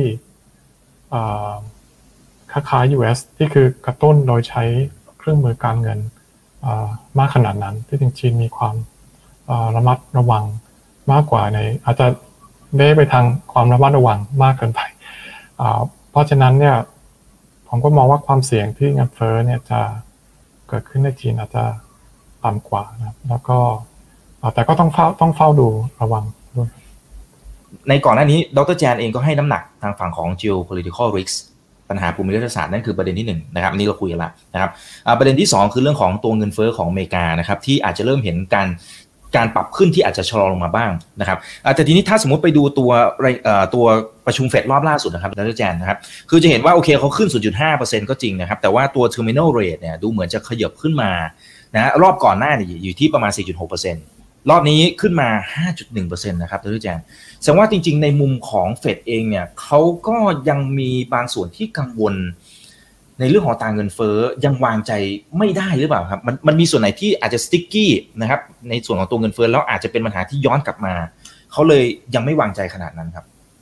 คล้ายๆ ยู เอส ที่คือกระตุ้นโดยใช้เครื่องมือการเงินมากขนาดนั้นที่จริงจีนมีความระมัดระวังมากกว่าในอาจจะเบ้ไปทางความระมัดระวังมากเกินไปเพราะฉะนั้นเนี่ยผมก็มองว่าความเสี่ยงที่เงินเฟ้อเนี่ยจะเกิดขึ้นในจีนอาจจะต่ำกว่านะแล้วก็แต่ก็ต้องเฝ้าต้องเฝ้าดูระวังด้วยในก่อนหน้านี้ดร.แจนเองก็ให้น้ำหนักทางฝั่งของ geopolitical risk ปัญหาภูมิรัฐศาสตร์นั่นคือประเด็นที่หนึ่งนะครับอันนี้เราคุยกันแล้วนะครับประเด็นที่สองคือเรื่องของตัวเงินเฟ้อของอเมริกานะครับที่อาจจะเริ่มเห็นการการปรับขึ้นที่อาจจะชะลอลงมาบ้างนะครับแต่ทีนี้ถ้าสมมติไปดูตัวตัวประชุมเฟดรอบล่าสุดนะครับดร.แจนนะครับคือจะเห็นว่าโอเคเขาขึ้น ศูนย์จุดห้าเปอร์เซ็นต์ ก็จริงนะครับแต่ว่าตัว terminal rate เนี่ยดูเหมือนจะขยับขึ้นมานะรอบก่อนหน้าเนี่ยอยู่ที่ประมาณ สี่จุดหกเปอร์เซ็นต์ รอบนี้ขึ้นมา ห้าจุดหนึ่งเปอร์เซ็นต์ นะครับดร.แจนแสดงว่าจริงๆในมุมของเฟดเองเนี่ยเขาก็ยังมีบางส่วนที่กังวลในเรื่องของอัตราเงินเฟ้อยังวางใจไม่ได้หรือเปล่าครับมันมันมีส่วนไหนที่อาจจะสติ๊กกี้นะครับในส่วนของตัวเงินเฟ้อแล้วอาจจะเป็นปัญหาที่ย้อนกลับมาเขาเลยยังไม่วางใจขนาดนั้นครับ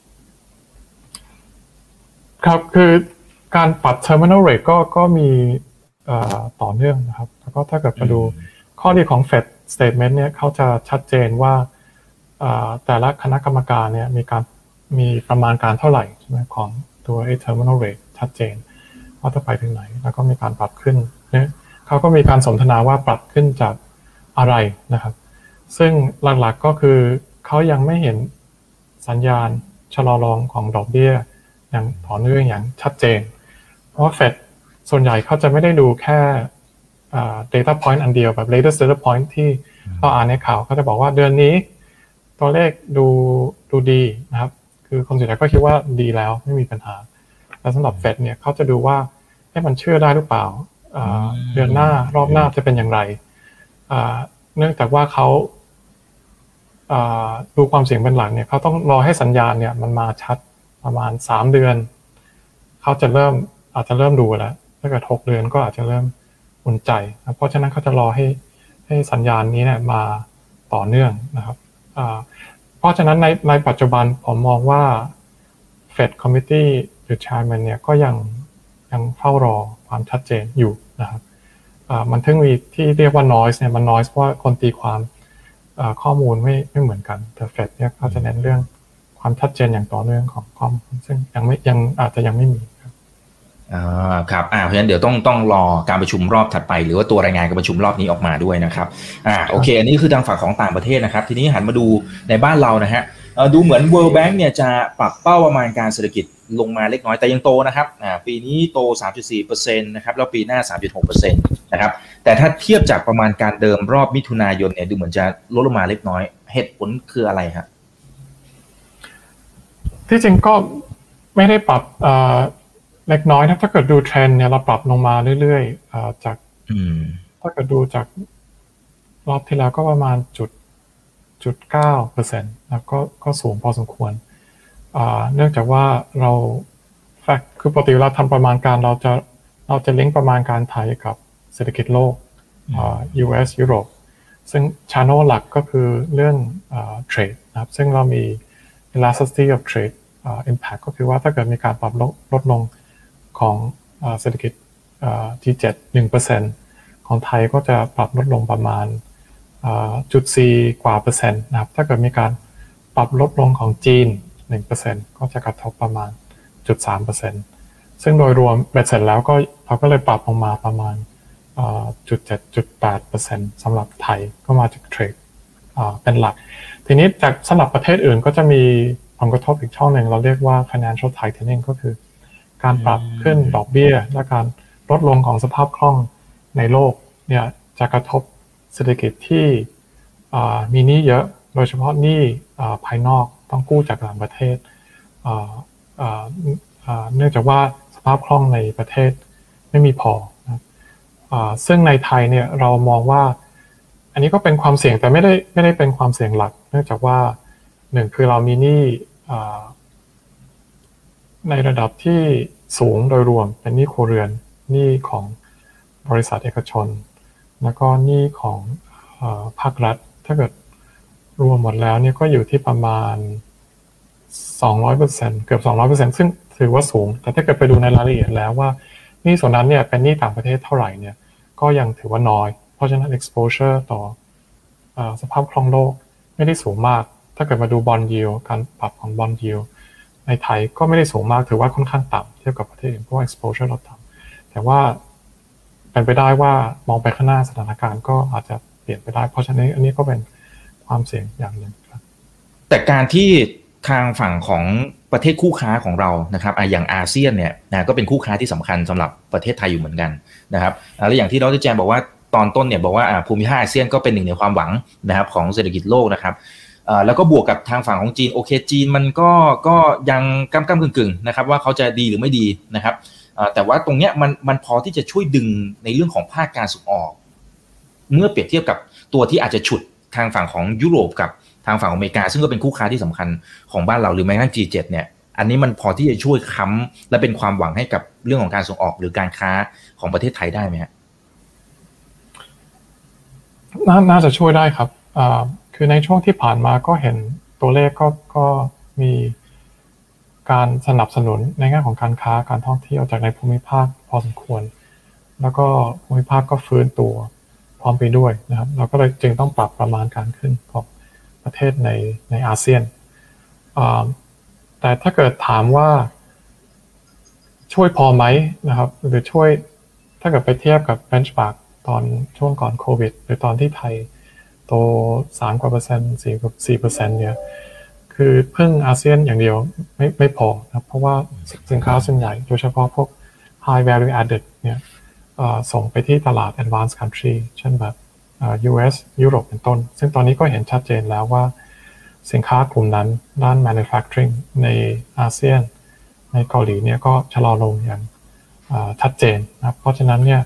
ครับคือการปรับ terminal rate ก็ก็มีต่อเนื่องนะครับแล้วก็ถ้าเกิดมาดูข้อดีของ Fed statement เนี่ยเขาจะชัดเจนว่าแต่ละคณะกรรมการเนี่ยมีการมีประมาณการเท่าไหร่ใช่ไหมของตัว terminal rate ชัดเจนว่าจะไปถึงไหนแล้วก็มีการปรับขึ้นเนี่ยเขาก็มีการสนทนาว่าปรับขึ้นจากอะไรนะครับซึ่งหลักๆก็คือเขายังไม่เห็นสัญญาณชะลอลงของดอกเบี้ยอย่างต่อเนื่องอย่างชัดเจนเพราะว่า Fed ส่วนใหญ่เขาจะไม่ได้ดูแค่ data point อันเดียวแบบ latest data point ที่เราอ่านในข่าวเขาจะบอกว่าเดือนนี้ตัวเลขดูดูดีนะครับคือคนส่วนใหญ่ก็คิดว่าดีแล้วไม่มีปัญหาแต่สำหรับ Fed เนี่ยเขาจะดูว่าให้มันเชื่อได้หรือเปล่าเดือนหน้ารอบหน้าจะเป็นอย่างไรเนื่องจากว่าเขาดูความเสี่ยงเป็นหลักเนี่ยเขาต้องรอให้สัญญาณเนี่ยมันมาชัดประมาณสามเดือนเขาจะเริ่มอาจจะเริ่มดูแล้วถ้าเกิดหกเดือนก็อาจจะเริ่มอุ่นใจเพราะฉะนั้นเขาจะรอให้ให้สัญญาณนี้เนี่ยมาต่อเนื่องนะครับเพราะฉะนั้นในในปัจจุบันผมมองว่า Fed Committee หรือ Chairman เนี่ยก็ยังยังเฝ้ารอความชัดเจนอยู่นะครับมันถึงมีที่เรียกว่า noise เนี่ยมัน noise เพราะว่าคนตีความข้อมูลไม่ไม่เหมือนกันแต่ Fed เนี่ยเขาจะเน้นเรื่องความชัดเจนอย่างต่อเนื่องของข้อมูลซึ่งยังไม่ยังอาจจะยังไม่มีครับอ่าครับอ่าเพราะฉะนั้นเดี๋ยวต้องต้องรอการประชุมรอบถัดไปหรือว่าตัวรายงานการประชุมรอบนี้ออกมาด้วยนะครับอ่าโอเคอันนี้คือทางฝั่งของต่างประเทศนะครับทีนี้หันมาดูในบ้านเรานะฮะดูเหมือน World Bank เนี่ยจะปรับเป้าประมาณการเศรษฐกิจลงมาเล็กน้อยแต่ยังโตนะครับอ่าปีนี้โต สามจุดสี่เปอร์เซ็นต์ นะครับแล้วปีหน้า สามจุดหกเปอร์เซ็นต์ นะครับแต่ถ้าเทียบจากประมาณการเดิมรอบมิถุนายนเนี่ยดูเหมือนจะลดลงมาเล็กน้อยเหตุผลคืออะไรฮะที่จริงก็ไม่ได้ปรับเล็กน้อยนะถ้าเกิดดูเทรนด์เนี่ยเราปรับลงมาเรื่อยๆจากถ้าเกิดดูจากรอบที่แล้วก็ประมาณจุดจุดเก้าเปอร์เซ็นต์แล้วก็ก็สูงพอสมควรเนื่องจากว่าเราแฟกคือปกติเวลาทำประมาณการเราจะเราจะลิงก์ประมาณการไทยกับเศรษฐกิจโลก ยู เอส ยุโรปซึ่ง channel หลักก็คือเรื่องเทรดนะครับซึ่งเรามี elasticity of trade impact ก็คือว่าถ้าเกิดมีการปรับลดลดลงของเศรษฐกิจ จี เซเว่น หนึ่งเปอร์เซ็นต์ ของไทยก็จะปรับลดลงประมาณจุดสี่กว่าเปอร์เซ็นต์นะครับถ้าเกิดมีการปรับลดลงของจีน หนึ่งเปอร์เซ็นต์ ก็จะกระทบประมาณ จุดสามเปอร์เซ็นต์ ซึ่งโดยรวมเบ็ดเสร็จแล้วก็เราก็เลยปรับลงมาประมาณจุดเจ็ดจุดแปดเปอร์เซ็นต์สำหรับไทยก็มาจากเทรดเป็นหลักทีนี้จากสำหรับประเทศอื่นก็จะมีผลกระทบอีกช่องหนึ่งเราเรียกว่า financial tightening ก็คือการปรับขึ้นดอกเบี้ยและการลดลงของสภาพคล่องในโลกเนี่ยจะกระทบเศรษฐกิจที่มีหนี้เยอะโดยเฉพาะหนี้ภายนอกต้องกู้จากต่างประเทศเนื่องจากว่าสภาพคล่องในประเทศไม่มีพอนะซึ่งในไทยเนี่ยเรามองว่าอันนี้ก็เป็นความเสี่ยงแต่ไม่ได้ไม่ได้เป็นความเสี่ยงหลักเนื่องจากว่าหนึ่งคือเรามีหนี้ในระดับที่สูงโดยรวมเป็นหนี้ครัวเรือนหนี้ของบริษัทเอกชนแล้วก็หนี้ของภาครัฐถ้าเกิดรวมหมดแล้วเนี่ยก็อยู่ที่ประมาณ สองร้อยเปอร์เซ็นต์ เกือบ สองร้อยเปอร์เซ็นต์ ซึ่งถือว่าสูงแต่ถ้าเกิดไปดูในรายละเอียดแล้วว่าหนี้ส่วนนั้นเนี่ยเป็นหนี้ต่างประเทศเท่าไหร่เนี่ยก็ยังถือว่าน้อยเพราะฉะนั้น exposure ต่อสภาพคล่องโลกไม่ได้สูงมากถ้าเกิดมาดู bond yield การปรับของ bond yield ในไทยก็ไม่ได้สูงมากถือว่าค่อนข้างต่ำเทียบกับประเทศอื่นเพราะว่า exposure เราต่ำแต่ว่าเป็นไปได้ว่ามองไปข้างหน้าสถานการณ์ก็อาจจะเปลี่ยนไปได้เพราะฉะนั้นอันนี้ก็เป็นความเสี่ยงอย่างหนึ่งครับแต่การที่ทางฝั่งของประเทศคู่ค้าของเรานะครับอย่างอาเซียนเนี่ยนะก็เป็นคู่ค้าที่สำคัญสำหรับประเทศไทยอยู่เหมือนกันนะครับแล้วอย่างที่ดร.แจมบอกว่าตอนต้นเนี่ยบอกว่าภูมิภาคอาเซียนก็เป็นหนึ่งในความหวังนะครับของเศรษฐกิจโลกนะครับแล้วก็บวกกับทางฝั่งของจีนโอเคจีนมันก็ก็ยังก้ำก้ำกึ่งกึ่งนะครับว่าเขาจะดีหรือไม่ดีนะครับแต่ว่าตรงเนี้ยมันมันพอที่จะช่วยดึงในเรื่องของภาคการส่งออกเมื่อเปรียบเทียบกับตัวที่อาจจะฉุดทางฝั่งของยุโรปกับทางฝั่งอเมริกาซึ่งก็เป็นคู่ค้าที่สำคัญของบ้านเราหรือแม้กระทั่ง จี เซเว่น เนี่ยอันนี้มันพอที่จะช่วยค้ำและเป็นความหวังให้กับเรื่องของการส่งออกหรือการค้าของประเทศไทยได้ไหมฮะน่าจะช่วยได้ครับคือในช่วงที่ผ่านมาก็เห็นตัวเลขก็ก็มีการสนับสนุนในแง่ของการค้าการท่องเที่ยวจากในภูมิภาคพอสมควรแล้วก็ภูมิภาคก็ฟื้นตัวพร้อมไปด้วยนะครับเราก็เลยจึงต้องปรับประมาณการขึ้นของประเทศในในอาเซียนแต่ถ้าเกิดถามว่าช่วยพอไหมนะครับหรือช่วยถ้าเกิดไปเทียบกับ benchmark ตอนช่วงก่อนโควิดหรือตอนที่ไทยโตสามกว่าเปอร์เซ็นต์สี่กับสี่เปอร์เซ็นต์เนี่ยคือพึ่งอาเซียนอย่างเดียวไม่ไม่พอนะเพราะว่าสินค้าส่วนใหญ่โดยเฉพาะพวก high value added เนี่ยส่งไปที่ตลาด advanced country เช่นแบบ ยู เอส ยุโรปเป็นต้นซึ่งตอนนี้ก็เห็นชัดเจนแล้วว่าสินค้ากลุ่มนั้นด้าน manufacturing ในอาเซียนในเกาหลีเนี่ยก็ชะลอลงอย่างชัดเจนนะครับเพราะฉะนั้นเนี่ย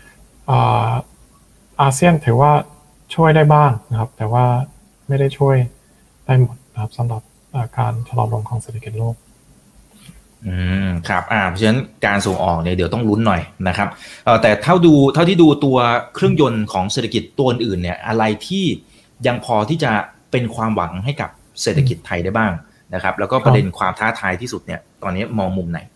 อาเซียนถือว่าช่วยได้บ้างนะครับแต่ว่าไม่ได้ช่วยได้หมดนะครับสำหรับการชะลอลงของเศรษฐกิจโลกอืมครับอ่าเพราะฉะนั้นการส่งออกเนี่ยเดี๋ยวต้องลุ้นหน่อยนะครับเอ่อแต่เท่าดูเท่าที่ดูตัวเครื่องยนต์ของเศรษฐกิจตัวอื่นเนี่ยอะไรที่ยังพอที่จะเป็นความหวังให้กับเศรษฐกิจไทยได้บ้างนะครับแล้วก็ประเด็นความท้าทายที่สุดเนี่ยตอนนี้มองมุมไหน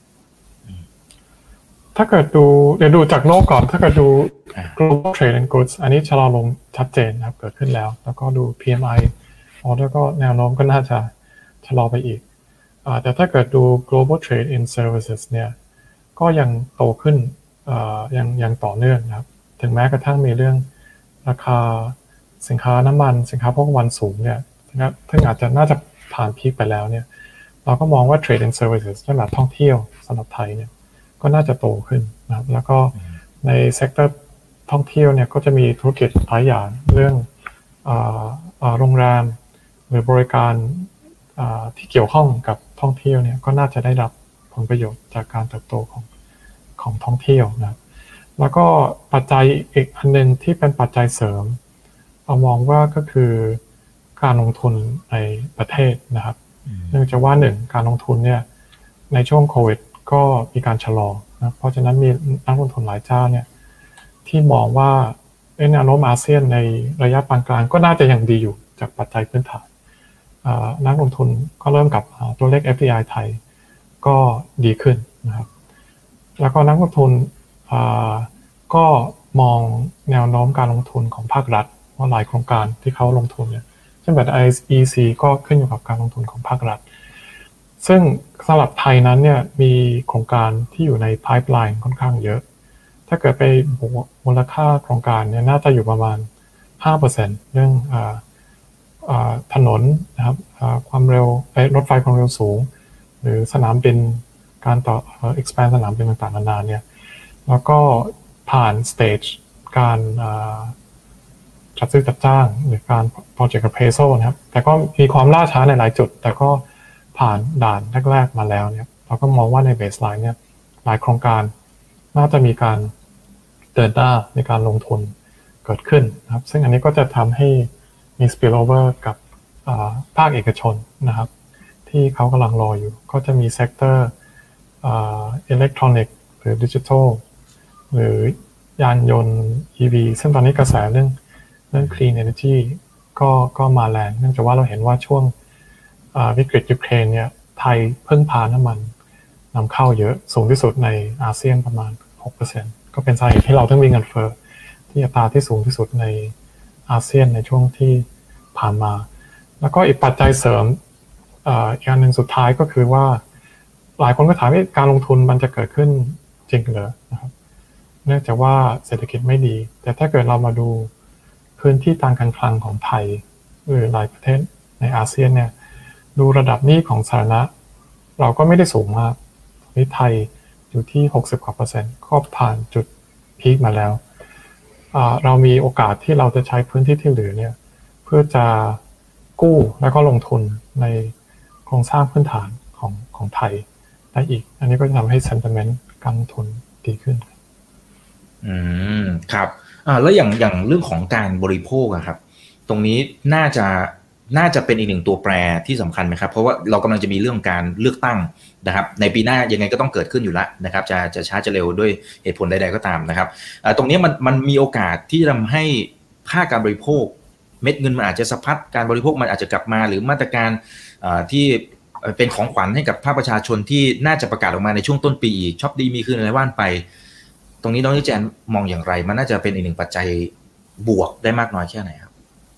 ถ้าเกิดดูเดี๋ยวดูจากโลกก่อนถ้าเกิดดู global trade and goods อันนี้ชะลอลงชัดเจนนะครับเกิดขึ้นแล้วแล้วก็ดู พี เอ็ม ไอ order ก็แนวโน้มก็น่าจะชะลอไปอีกอ่าแต่ถ้าเกิดดู global trade in services เนี่ยก็ยังโตขึ้นอ่ายังยังต่อเนื่องนะครับถึงแม้กระทั่งมีเรื่องราคาสินค้าน้ำมันสินค้าพวกวันสูงเนี่ยซึ่งอาจจะน่าจะผ่านพีคไปแล้วเนี่ยเราก็มองว่า trade and services สำหรับท่องเที่ยวสำหรับไทยเนี่ยก็น่าจะโตขึ้นนะครับแล้วก็ในเซกเตอร์ท่องเที่ยวเนี่ยก็จะมีธุรกิจหลายอย่างเรื่องอ่าอ่าโรงแรมหรือบริการอ่าที่เกี่ยวข้องกับท่องเที่ยวเนี่ยก็น่าจะได้รับผลประโยชน์จากการเติบโตของของท่องเที่ยวนะครับแล้วก็ปัจจัยอีกอันนึงที่เป็นปัจจัยเสริมเรามองว่าก็คือการลงทุนในประเทศนะครับเนื่องจากว่าหนึ่งการลงทุนเนี่ยในช่วงโควิดก็มีการชะลอนะเพราะฉะนั้นมีนักลงทุนหลายเจ้าเนี่ยที่มองว่าแนวโน้มอาเซียนในระยะปานกลางก็น่าจะยังดีอยู่จากปัจจัยพื้นฐานนักลงทุนก็เริ่มกลับมาตัวเลข เอฟ ดี ไอ ไทยก็ดีขึ้นนะครับแล้วก็นักลงทุนก็มองแนวโน้มการลงทุนของภาครัฐว่าหลายโครงการที่เขาลงทุนเนี่ยเช่นแบบ ไอ อี ซี ก็ขึ้นอยู่กับการลงทุนของภาครัฐซึ่งสำหรับไทยนั้นเนี่ยมีโครงการที่อยู่ใน pipeline ค่อนข้างเยอะถ้าเกิดไปมูลค่าโครงการเนี่ยน่าจะอยู่ประมาณ ห้าเปอร์เซ็นต์ เรื่องอ่าอ่าถนนนะครับความเร็วรถไฟความเร็วสูงหรือสนามบินการต่อ expand สนามบินต่างๆนานาเนี่ยแล้วก็ผ่าน stage การจัดซื้อจัดจ้างหรือการ project appraisal นะครับแต่ก็มีความล่าช้าในหลายจุดแต่ก็ผ่านด่านแรกๆมาแล้วเนี่ยเราก็มองว่าใน baseline เนี่ยหลายโครงการน่าจะมีการเดินหน้าในการลงทุนเกิดขึ้นนะครับซึ่งอันนี้ก็จะทำให้มี spillover กับภาคเอกชนนะครับที่เขากำลังรออยู่ก็จะมีเซกเตอร์อิเล็กทรอนิกส์หรือดิจิทัลหรือยานยนต์ อี วี ซึ่งตอนนี้กระแสเรื่องเรื่อง clean energy ก็ก็มาแรงเนื่องจากว่าเราเห็นว่าช่วงวิกฤตยูเครนเนี่ยไทยพึ่งพาน้ำมันนำเข้าเยอะสูงที่สุดในอาเซียนประมาณ หกเปอร์เซ็นต์ ก็เป็นสาเหตุที่เราต้องมีเงินเฟ้อที่อัตราที่สูงที่สุดในอาเซียนในช่วงที่ผ่านมาแล้วก็อีกปัจจัยเสริมอีกอันหนึ่งสุดท้ายก็คือว่าหลายคนก็ถามว่าการลงทุนมันจะเกิดขึ้นจริงเหรอนะครับเนื่องจากว่าเศรษฐกิจไม่ดีแต่ถ้าเกิดเรามาดูพื้นที่ทางการคลังของไทยหรือหลายประเทศในอาเซียนเนี่ยดูระดับหนี้ของสาธารณะเราก็ไม่ได้สูงมากในไทยอยู่ที่หกสิบกว่าเปอร์เซ็นต์ก็ผ่านจุดพีคมาแล้วเรามีโอกาสที่เราจะใช้พื้นที่ที่เหลือเนี่ยเพื่อจะกู้แล้วก็ลงทุนในโครงสร้างพื้นฐานของของไทยได้อีกอันนี้ก็จะทำให้ sentiment การลงทุนดีขึ้นอืมครับอ่าแล้วอย่างอย่างเรื่องของการบริโภคอะครับตรงนี้น่าจะน่าจะเป็นอีกหนึ่งตัวแปรที่สำคัญไหมครับเพราะว่าเรากำลังจะมีเรื่องการเลือกตั้งนะครับในปีหน้ายังไงก็ต้องเกิดขึ้นอยู่แล้วนะครับจะจะช้าจะเร็วด้วยเหตุผลใดๆก็ตามนะครับอ่าตรงนี้มันมันมีโอกาสที่จะทำให้ภาคการบริโภคเม็ดเงินมันอาจจะสะพัดการบริโภคมันอาจจะกลับมาหรือมาตรการอ่าที่เป็นของขวัญให้กับภาคประชาชนที่น่าจะประกาศออกมาในช่วงต้นปีช็อปดีมีคืนอะไรว่านไปตรงนี้น้องนิแจนมองอย่างไรมันน่าจะเป็นอีกหนึ่งปัจจัยบวกได้มากน้อยแค่ไหนครับ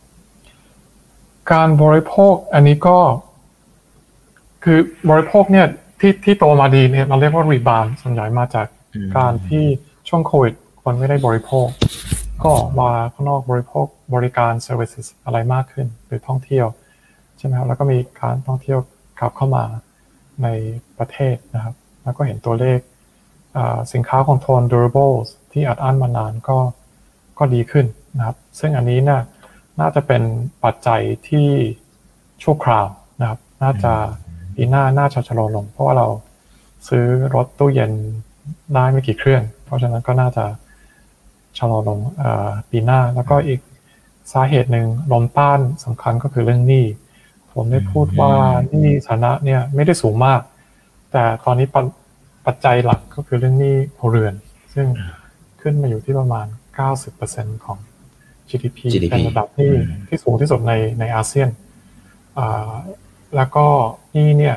การบริโภคอันนี้ก็คือบริโภคเนี่ยที่ที่โตมาดีเนี่ยเราเรียกว่ารีบาวด์ส่วนใหญ่มาจากการที่ช่วงโควิดคนไม่ได้บริโภคก็มาข้างนอกบริโภคบริการ services อะไรมากขึ้นหรือท่องเที่ยวใช่ไหมครับแล้วก็มีการท่องเที่ยวกลับเข้ามาในประเทศนะครับแล้วก็เห็นตัวเลขสินค้าของโทน durables ที่อัดอั้นมานานก็ก็ดีขึ้นนะครับซึ่งอันนี้เนี่ยน่าจะเป็นปัจจัยที่ชั่วคราวนะครับน่าจะปีหน้าน่าจะชะลอลงเพราะว่าเราซื้อรถตู้เย็นได้ไม่กี่เครื่องเพราะฉะนั้นก็น่าจะชะลอลงปีหน้าแล้วก็อีกสาเหตุหนึ่งลมต้านสำคัญก็คือเรื่องหนี้ผมได้พูดว่าหนี้สาธารณะเนี่ยไม่ได้สูงมากแต่ตอนนี้ปัจจัยหลักก็คือเรื่องหนี้ครัวเรือนซึ่งขึ้นมาอยู่ที่ประมาณ เก้าสิบเปอร์เซ็นต์ ของ จี ดี พี เป็นระดับที่ที่สูงที่สุดในในอาเซียนแล้วก็นี่เนี่ย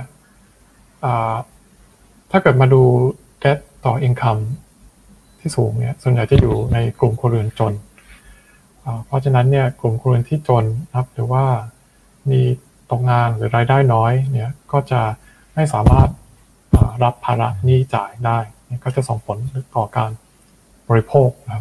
ถ้าเกิดมาดู debt ต่อ income ที่สูงเนี่ยส่วนใหญ่จะอยู่ในกลุ่มครัวเรือนจนเพราะฉะนั้นเนี่ยกลุ่มครัวเรือนที่จนนะครับหรือว่ามีตกงานหรือรายได้น้อยเนี่ยก็จะไม่สามารถรับภาระหนี้จ่ายได้ก็จะส่งผลต่อการบริโภคนะครับ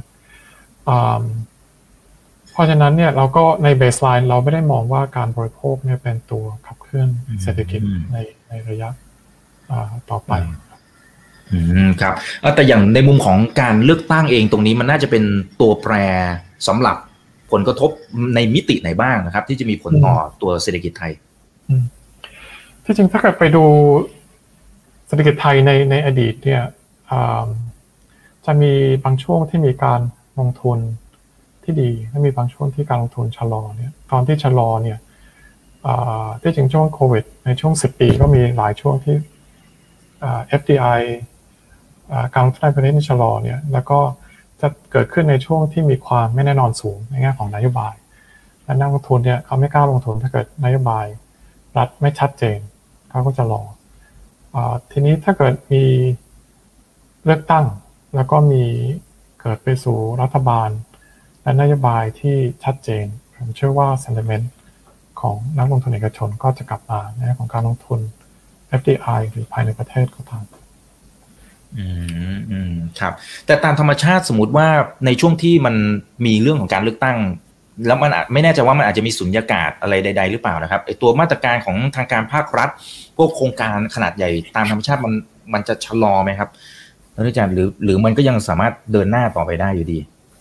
เพราะฉะนั้นเนี่ยเราก็ในเบสไลน์เราไม่ได้มองว่าการบริโภคเนี่ยเป็นตัวขับเคลื่อนเศรษฐกิจในในระยะต่อไปอืมครับแต่อย่างในมุมของการเลือกตั้งเองตรงนี้มันน่าจะเป็นตัวแปรสำหรับผลกระทบในมิติไหนบ้างนะครับที่จะมีผลต่อตัวเศรษฐกิจไทยที่จริงถ้าเกิดไปดูเศรษฐกิจไทยในในอดีตเนี่ยจะมีบางช่วงที่มีการลงทุนที่ดีและมีบางช่วงที่การลงทุนชะลอเนี่ยตอนที่ชะลอเนี่ยที่จริงช่วงโควิดในช่วงสิบปีก็มีหลายช่วงที่ เอฟ ดี ไอ การลงทุนในประเทศชะลอเนี่ยแล้วก็จะเกิดขึ้นในช่วงที่มีความไม่แน่นอนสูงในแง่ของนโยบายและนักลงทุนเนี่ยเขาไม่กล้าลงทุนถ้าเกิดนโยบายรัฐไม่ชัดเจนเขาก็จะรอทีนี้ถ้าเกิดมีเลือกตั้งแล้วก็มีเกิดไปสู่รัฐบาลและนโยบายที่ชัดเจนผมเชื่อว่า sentiment ของนักลงทุนเอกชนก็จะกลับมาในเรื่องของการลงทุน เอฟ ดี ไอ หรือภายในประเทศก็ตามอืมอืมครับแต่ตามธรรมชาติสมมุติว่าในช่วงที่มันมีเรื่องของการเลือกตั้งแล้วมันไม่แน่ใจว่ามันอาจจะมีสุญญากาศอะไรใดๆหรือเปล่านะครับไอตัวมาตรการของทางการภาครัฐพวกโครงการขนาดใหญ่ตามธรรมชาติมันมันจะชะลอไหมครับอาจารย์หรือหรือมันก็ยังสามารถเดินหน้าต่อไปได้อยู่ดี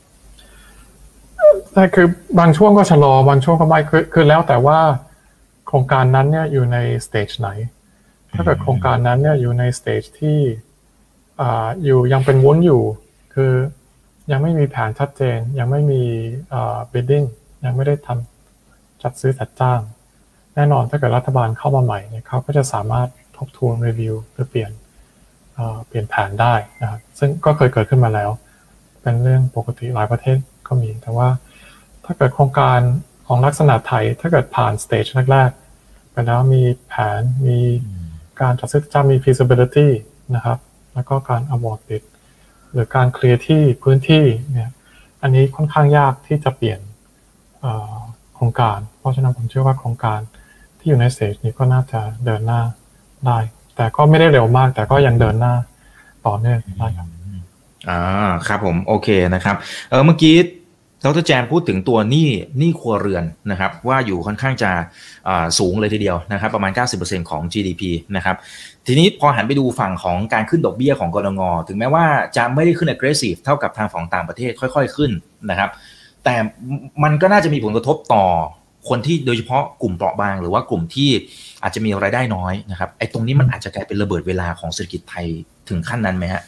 ใช่คือบางช่วงก็ชะลอบางช่วงก็ไม่คือคือแล้วแต่ว่าโครงการนั้นเนี่ยอยู่ในสเตจไหนถ้าเกิดโครงการนั้นเนี่ยอยู่ในสเตจที่อ่าอยู่ยังเป็นวุ้นอยู่คือยังไม่มีแผนชัดเจนยังไม่มีอ่า bidding ยังไม่ได้ทำจัดซื้อจัดจ้างแน่นอนถ้าเกิดรัฐบาลเข้ามาใหม่เนี่ยเขาก็จะสามารถทบทวนรีวิวหรือเปลี่ยนอ่าเปลี่ยนแผนได้นะครับซึ่งก็เคยเกิดขึ้นมาแล้วเป็นเรื่องปกติหลายประเทศก็มีแต่ว่าถ้าเกิดโครงการของลักษณะไทยถ้าเกิดผ่านสเตจแรกๆไปแล้วมีแผนมีการจัดซื้อจัดจ้างมี feasibility นะครับแล้วก็การ award bid หรือการเคลียร์ที่พื้นที่เนี่ยอันนี้ค่อนข้างยากที่จะเปลี่ยนโครงการเพราะฉะนั้นผมเชื่อว่าโครงการที่อยู่ในสเตจนี้ก็น่าจะเดินหน้าได้แต่ก็ไม่ได้เร็วมากแต่ก็ยังเดินหน้าต่อเนื่องได้ครับอ่าครับผมโอเคนะครับเออเมื่อกี้ดร.แจนพูดถึงตัวหนี้หนี้ครัวเรือนนะครับว่าอยู่ค่อนข้างจะสูงเลยทีเดียวนะครับประมาณ เก้าสิบเปอร์เซ็นต์ ของ จี ดี พี นะครับทีนี้พอหันไปดูฝั่งของการขึ้นดอกเบี้ยของกนง.ถึงแม้ว่าจะไม่ได้ขึ้น aggressive เท่ากับทางฝั่งต่างประเทศค่อยๆขึ้นนะครับแต่มันก็น่าจะมีผลกระทบต่อคนที่โดยเฉพาะกลุ่มเปราะบางหรือว่ากลุ่มที่อาจจะมีรายได้น้อยนะครับไอ้ตรงนี้มันอาจจะกลายเป็นระเบิดเวลาของเศรษฐกิจไทยถึงขั้นนั้นไหมฮะ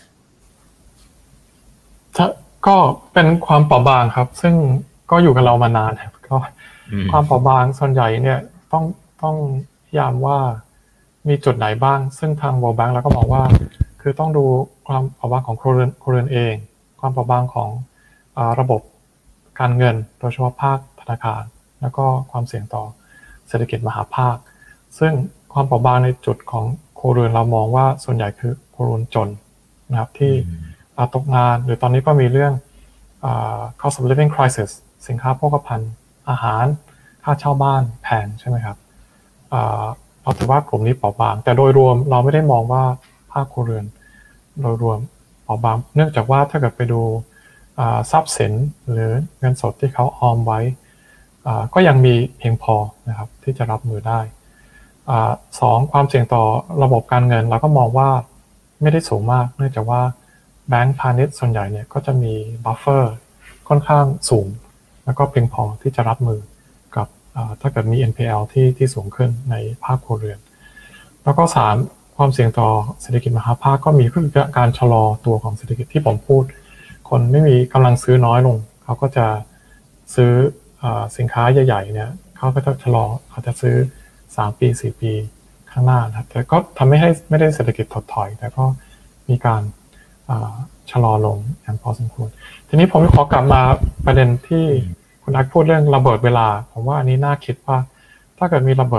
ก็เป็นความเปราะบางครับซึ่งก็อยู่กับเรามานานครับก็ความเปราะบางส่วนใหญ่เนี่ยต้องต้องย้ำว่ามีจุดไหนบ้างซึ่งทาง World Bank แล้วก็บอกว่าคือต้องดูความเปราะบางของครัวเรือนครัวเรือนเองความเปราะบางของอ่าระบบการเงินโดยเฉพาะภาคธนาคารแล้วก็ความเสี่ยงต่อเศรษฐกิจมหาภาคซึ่งความเปราะบางในจุดของครัวเรือนเรามองว่าส่วนใหญ่คือครัวเรือนจนนะครับที่ตกงานหรือตอนนี้ก็มีเรื่อง cost of living crisis สินค้าโภคภัณฑ์อาหารค่าเช่าบ้านแพงใช่ไหมครับเราถือว่ากลุ่มนี้เปราะบางแต่โดยรวมเราไม่ได้มองว่าภาคครัวเรือนโดยรวมเปราะบางเนื่องจากว่าถ้าเกิดไปดูทรัพย์สินหรือเงินสดที่เขาออมไว้ก็ยังมีเพียงพอนะครับที่จะรับมือได้สองความเสี่ยงต่อระบบการเงินเราก็มองว่าไม่ได้สูงมากเนื่องจากว่าแบงก์พาณิชย์ส่วนใหญ่เนี่ยก็จะมีบัฟเฟอร์ค่อนข้างสูงแล้วก็เพียงพอที่จะรับมือกับถ้าเกิดมี เอ็น พี แอล ที่ที่สูงขึ้นในภาคครัวเรือนแล้วก็สามความเสี่ยงต่อเศรษฐกิจมหาภาคก็มีเพื่อการชะลอตัวของเศรษฐกิจที่ผมพูดคนไม่มีกำลังซื้อน้อยลงเขาก็จะซื้อสินค้าใหญ่ๆเนี่ยเขาก็จะชะลอเขาจะซื้อสามปีสี่ปีข้างหน้านะแต่ก็ทำให้ให้ไม่ได้เศรษฐกิจถดถอยแต่ก็มีการชะลอลงอย่างพอสมควรทีนี้ผมขอกลับมาประเด็นที่คุณนักพูดเรื่องระเบิดเวลาผมว่าอันนี้น่าคิดว่าถ้าเกิดมีระเบิด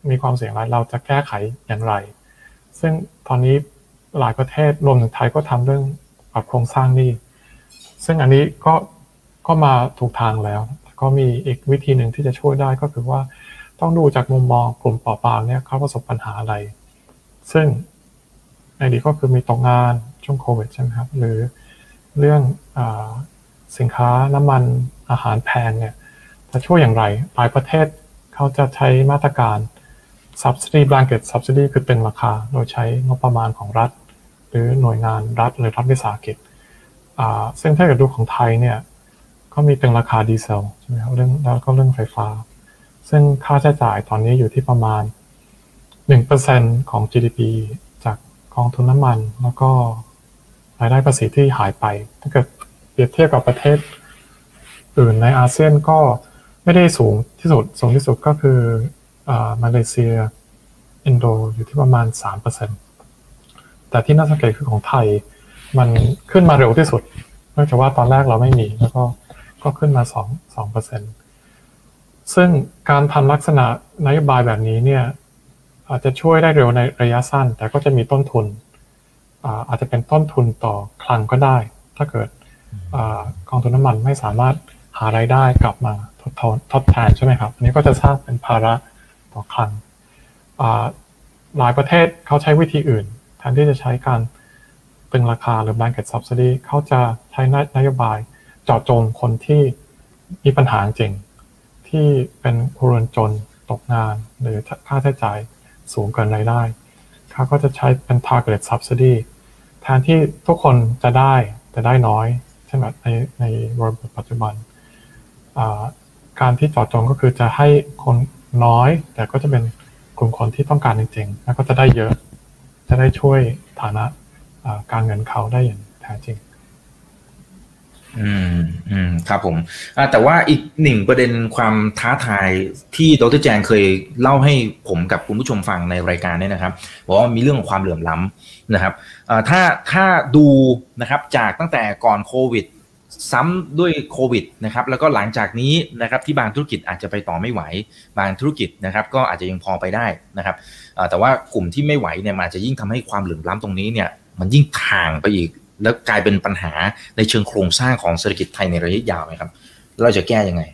มีความเสี่ยงอะไรเราจะแก้ไขอย่างไรซึ่งตอนนี้หลายประเทศรวมถึงไทยก็ทำเรื่องปรับโครงสร้างหนี้ซึ่งอันนี้ก็ก็มาถูกทางแล้วก็มีอีกวิธีหนึ่งที่จะช่วยได้ก็คือว่าต้องดูจากมุมมองกลุ่มเปราะบางเนี่ยเขาประสบปัญหาอะไรซึ่งในนี้ก็คือมีตกงานช่วงโควิดใช่ไหมครับหรือเรื่องอ่าสินค้าน้ำมันอาหารแพงเนี่ยจะช่วยอย่างไรหลายประเทศเขาจะใช้มาตรการ subsidy blanket subsidy คือเป็นราคาโดยใช้งบประมาณของรัฐหรือหน่วยงานรัฐหรือรัฐวิสาหกิจอ่าซึ่งถ้าเกิดดูของไทยเนี่ยก็มีเป็นราคาดีเซลใช่ไหมครับเรื่องแล้วก็เรื่องไฟฟ้าซึ่งค่าใช้จ่ายตอนนี้อยู่ที่ประมาณ หนึ่งเปอร์เซ็นต์ ของ จี ดี พี จากกองทุนน้ำมันแล้วก็รายได้ภาษีที่หายไปถ้าเกิดเปรียบเทียบกับประเทศอื่นในอาเซียนก็ไม่ได้สูงที่สุดสูงที่สุดก็คืออ่ามาเลเซียอินโดอยู่ที่ประมาณ สามเปอร์เซ็นต์ แต่ที่น่าสังเกตคือของไทยมันขึ้นมาเร็วที่สุดเนื่องจากว่าตอนแรกเราไม่มีแล้วก็ก็ขึ้นมา2 2เปอร์เซ็นต์ ซึ่งการทำลักษณะนโยบายแบบนี้เนี่ยอาจจะช่วยได้เร็วในระยะสั้นแต่ก็จะมีต้นทุน อ่า อาจจะเป็นต้นทุนต่อคลังก็ได้ถ้าเกิดอ่ากองทุนน้ำมันไม่สามารถหารายได้กลับมาทดทดแทนใช่ไหมครับอันนี้ก็จะสร้างเป็นภาระต่อคลังอ่าหลายประเทศเขาใช้วิธีอื่นแทนที่จะใช้การตึงราคาหรือ blanket subsidy เขาจะใช้นโยบายเจาะจงคนที่มีปัญหาจริงที่เป็นครัวเรือนจนตกงานหรือค่าใช้จ่ายสูงเกินรายได้เขาก็จะใช้เป็น target subsidy แทนที่ทุกคนจะได้แต่ได้น้อยใช่ไหมในในระบบปัจจุบันการที่เจาะจงก็คือจะให้คนน้อยแต่ก็จะเป็นกลุ่มคนที่ต้องการจริงๆแล้วก็จะได้เยอะจะได้ช่วยฐานะการเงินเขาได้อย่างแท้จริงอืมอืมครับผมอ่าแต่ว่าอีกหนึ่งประเด็นความท้าทายที่ดร.แจงเคยเล่าให้ผมกับคุณผู้ชมฟังในรายการเนี่ยนะครับบอกว่ามีเรื่องของความเหลื่อมล้ำนะครับอ่าถ้าถ้าดูนะครับจากตั้งแต่ก่อนโควิดซ้ำด้วยโควิดนะครับแล้วก็หลังจากนี้นะครับที่บางธุรกิจอาจจะไปต่อไม่ไหวบางธุรกิจนะครับก็อาจจะยังพอไปได้นะครับอ่าแต่ว่ากลุ่มที่ไม่ไหวเนี่ยมันอาจจะยิ่งทำให้ความเหลื่อมล้ำตรงนี้เนี่ยมันยิ่งถ่างไปอีกแล้วกลายเป็นปัญหาในเชิงโครงสร้างของเศรษฐกิจไทยในระยะยาวไหมครับเราจะแก้ยังไง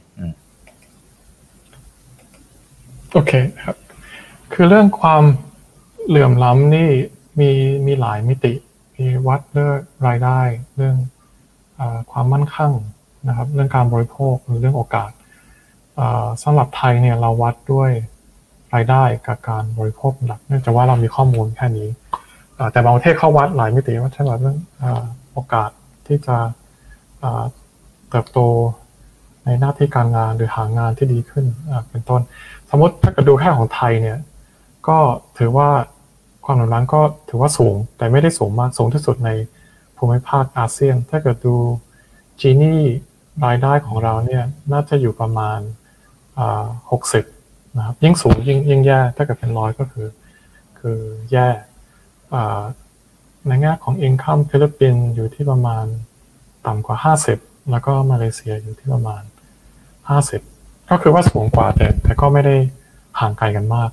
โอเคครับคือเรื่องความเหลื่อมล้ำนี่มีมีหลายมิติมีวัดเรื่องรายได้เรื่องอ่าความมั่นคงนะครับเรื่องการบริโภคหรือเรื่องโอกาสอ่าสำหรับไทยเนี่ยเราวัดด้วยรายได้กับการบริโภคหลักเนื่องจากว่าเรามีข้อมูลแค่นี้แต่บางประเทศเขาวัดหลายมิติว่าเช่นเรื่องโอกาสที่จะเติบโตในหน้าที่การงานหรือหางานที่ดีขึ้นเป็นต้นสมมติถ้าเกิดดูแค่ของไทยเนี่ยก็ถือว่าความเหลื่อมล้ำก็ถือว่าสูงแต่ไม่ได้สูงมากสูงที่สุดในภูมิภาคอาเซียนถ้าเกิดดูจีนี่รายได้ของเราเนี่ยน่าจะอยู่ประมาณหกสิบนะครับยิ่งสูงยิ่งยิ่งแย่ถ้าเกิดเป็นร้อยก็คือคือแย่ในแง่ของ income ฟิลิปปินส์อยู่ที่ประมาณต่ำกว่าห้าสิบแล้วก็มาเลเซียอยู่ที่ประมาณห้าสิบก็คือว่าสูงกว่าแต่แต่ก็ไม่ได้ห่างไกลกันมาก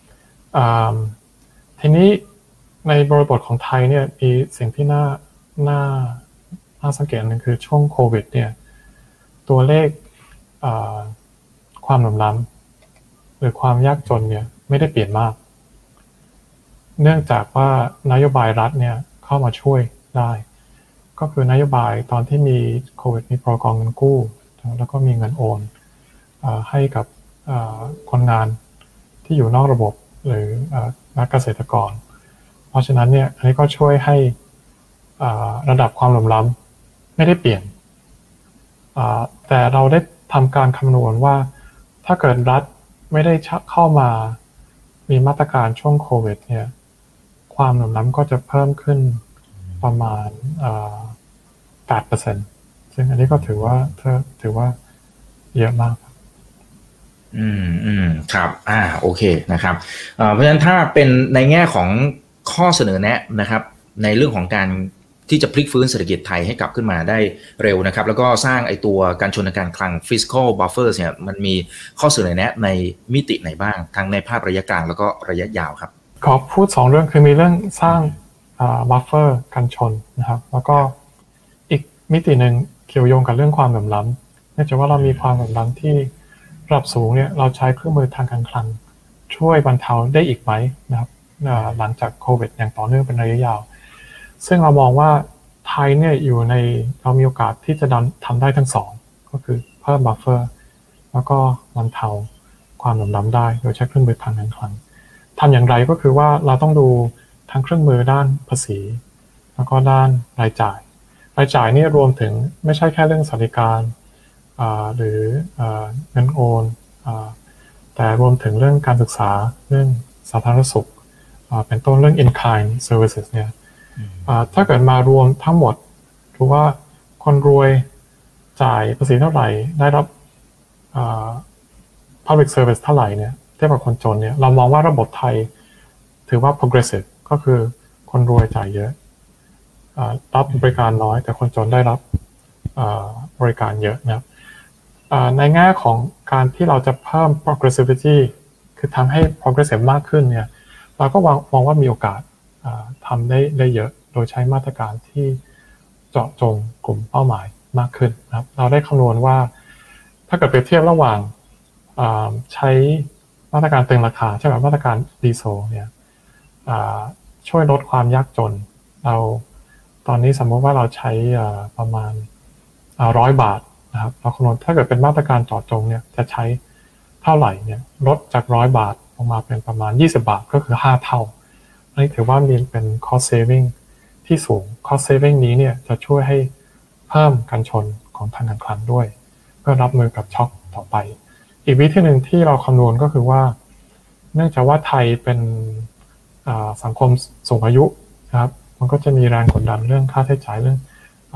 ทีนี้ในบริบทของไทยเนี่ยมีสิ่งที่น่าน่าน่าสังเกตนึงคือช่วงโควิดเนี่ยตัวเลขความเหลื่อมล้ำหรือความยากจนเนี่ยไม่ได้เปลี่ยนมากเนื่องจากว่านโยบายรัฐเนี่ยเข้ามาช่วยได้ก็คือนโยบายตอนที่มีโควิดมีพรก.เงินกู้แล้วก็มีเงินโอนให้กับคนงานที่อยู่นอกระบบหรือนักเกษตรกรเพราะฉะนั้นเนี่ยอันนี้ก็ช่วยให้ระดับความเหลื่อมล้ำไม่ได้เปลี่ยนแต่เราได้ทำการคำนวณว่าถ้าเกิดรัฐไม่ได้เข้ามามีมาตรการช่วงโควิดเนี่ยความเหลื่อมล้ำก็จะเพิ่มขึ้นประมาณ แปดเปอร์เซ็นต์ ซึ่งอันนี้ก็ถือว่าถือว่าเยอะมากอืมอืมครับอ่าโอเคนะครับเพราะฉะนั้นถ้าเป็นในแง่ของข้อเสนอแนะนะครับในเรื่องของการที่จะพลิกฟื้นเศรษฐกิจไทยให้กลับขึ้นมาได้เร็วนะครับแล้วก็สร้างไอตัวการชนการคลัง fiscal buffers เนี่ยมันมีข้อเสนอแนะในมิติไหนบ้างทั้งในภาพระยะกลางแล้วก็ระยะยาวครับขอพูดสองเรื่องคือมีเรื่องสร้างอ่า buffer กันชนนะครับแล้วก็อีกมิติหนึ่งเกี่ยวโยงกับเรื่องความเหลื่อมล้ำเนื่องจากว่าเรามีความเหลื่อมล้ำที่ระดับสูงเนี่ยเราใช้เครื่องมือทางการคลังช่วยบรรเทาได้อีกไหมนะครับหลังจากโควิดอย่างต่อเนื่องเป็นระยะยาวซึ่งเรามองว่าไทยเนี่ยอยู่ในเรามีโอกาสที่จะทำได้ทั้งสองก็คือเพิ่มบัฟเฟอร์แล้วก็บรรเทาความเหลื่อมล้ำได้โดยใช้เครื่องมือทางการคลังทำอย่างไรก็คือว่าเราต้องดูทั้งเครื่องมือด้านภาษีแล้วก็ด้านรายจ่ายรายจ่ายนี่รวมถึงไม่ใช่แค่เรื่องสวัสดิการหรือเงินโอนแต่รวมถึงเรื่องการศึกษาเรื่องสาธารณสุขเป็นต้นเรื่อง in-kind services เนี่ยถ้าเกิดมารวมทั้งหมดถือว่าคนรวยจ่ายภาษีเท่าไหร่ได้รับ public service เท่าไหร่เนี่ยเทียบกับคนจนเนี่ยเรามองว่าระบบไทยถือว่า progressive ก็คือคนรวยจ่ายเยอะรับบริการน้อยแต่คนจนได้รับบริการเยอะนะครับในแง่ของการที่เราจะเพิ่ม progressivity คือทำให้ progressive มากขึ้นเนี่ยเราก็มองว่ามีโอกาสทำได้ได้เยอะโดยใช้มาตรการที่เจาะจงกลุ่มเป้าหมายมากขึ้นนะครับเราได้คำนวณว่าถ้าเกิดเปรียบเทียบระหว่างใช้มาตรการตึงราคาใช่ไหมมาตรการดีโซเนี่ยช่วยลดความยากจนเราตอนนี้สมมติว่าเราใช้ประมาณร้อยบาทนะครับเราคำนวณถ้าเกิดเป็นมาตรการเจาะจงเนี่ยจะใช้เท่าไหร่เนี่ยลดจากร้อยบาทลงมาเป็นประมาณยี่สิบบาทก็คือห้าเท่าอันนี้ถือว่ามีเป็น cost saving ที่สูง cost saving นี้เนี่ยจะช่วยให้เพิ่มการชนของทางการคลังด้วยเพื่อรับมือกับช็อคต่อไปอีกวิธีหนึ่งที่เราคำนวณก็คือว่าเนื่องจากว่าไทยเป็นสังคมสูงอายุนะครับมันก็จะมีแรงกดดันเรื่องค่าใช้จ่ายเรื่อง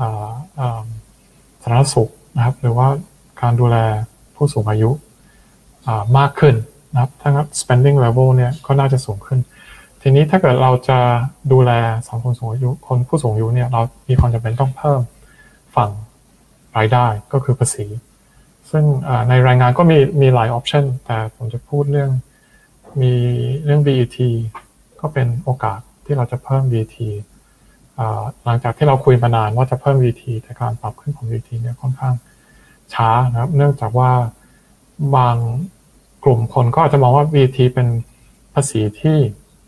สาธารณสุขนะครับหรือว่าการดูแลผู้สูงอายุมากขึ้นนะครับถ้า spending level เนี่ยก็น่าจะสูงขึ้นทีนี้ถ้าเกิดเราจะดูแลสังคมสูงอายุคนผู้สูงอายุเนี่ยเรามีความจำเป็นต้องเพิ่มฝั่งรายได้ก็คือภาษีซึ่งในรายงานก็มีมีหลายออปชันแต่ผมจะพูดเรื่องมีเรื่อง วี อี ที ก็เป็นโอกาสที่เราจะเพิ่ม วี อี ที หลังจากที่เราคุยมานานว่าจะเพิ่ม วี อี ที แต่การปรับขึ้นของ วี อี ที เนี่ยค่อนข้างช้านะครับเนื่องจากว่าบางกลุ่มคนก็อาจจะมองว่า วี อี ที เป็นภาษีที่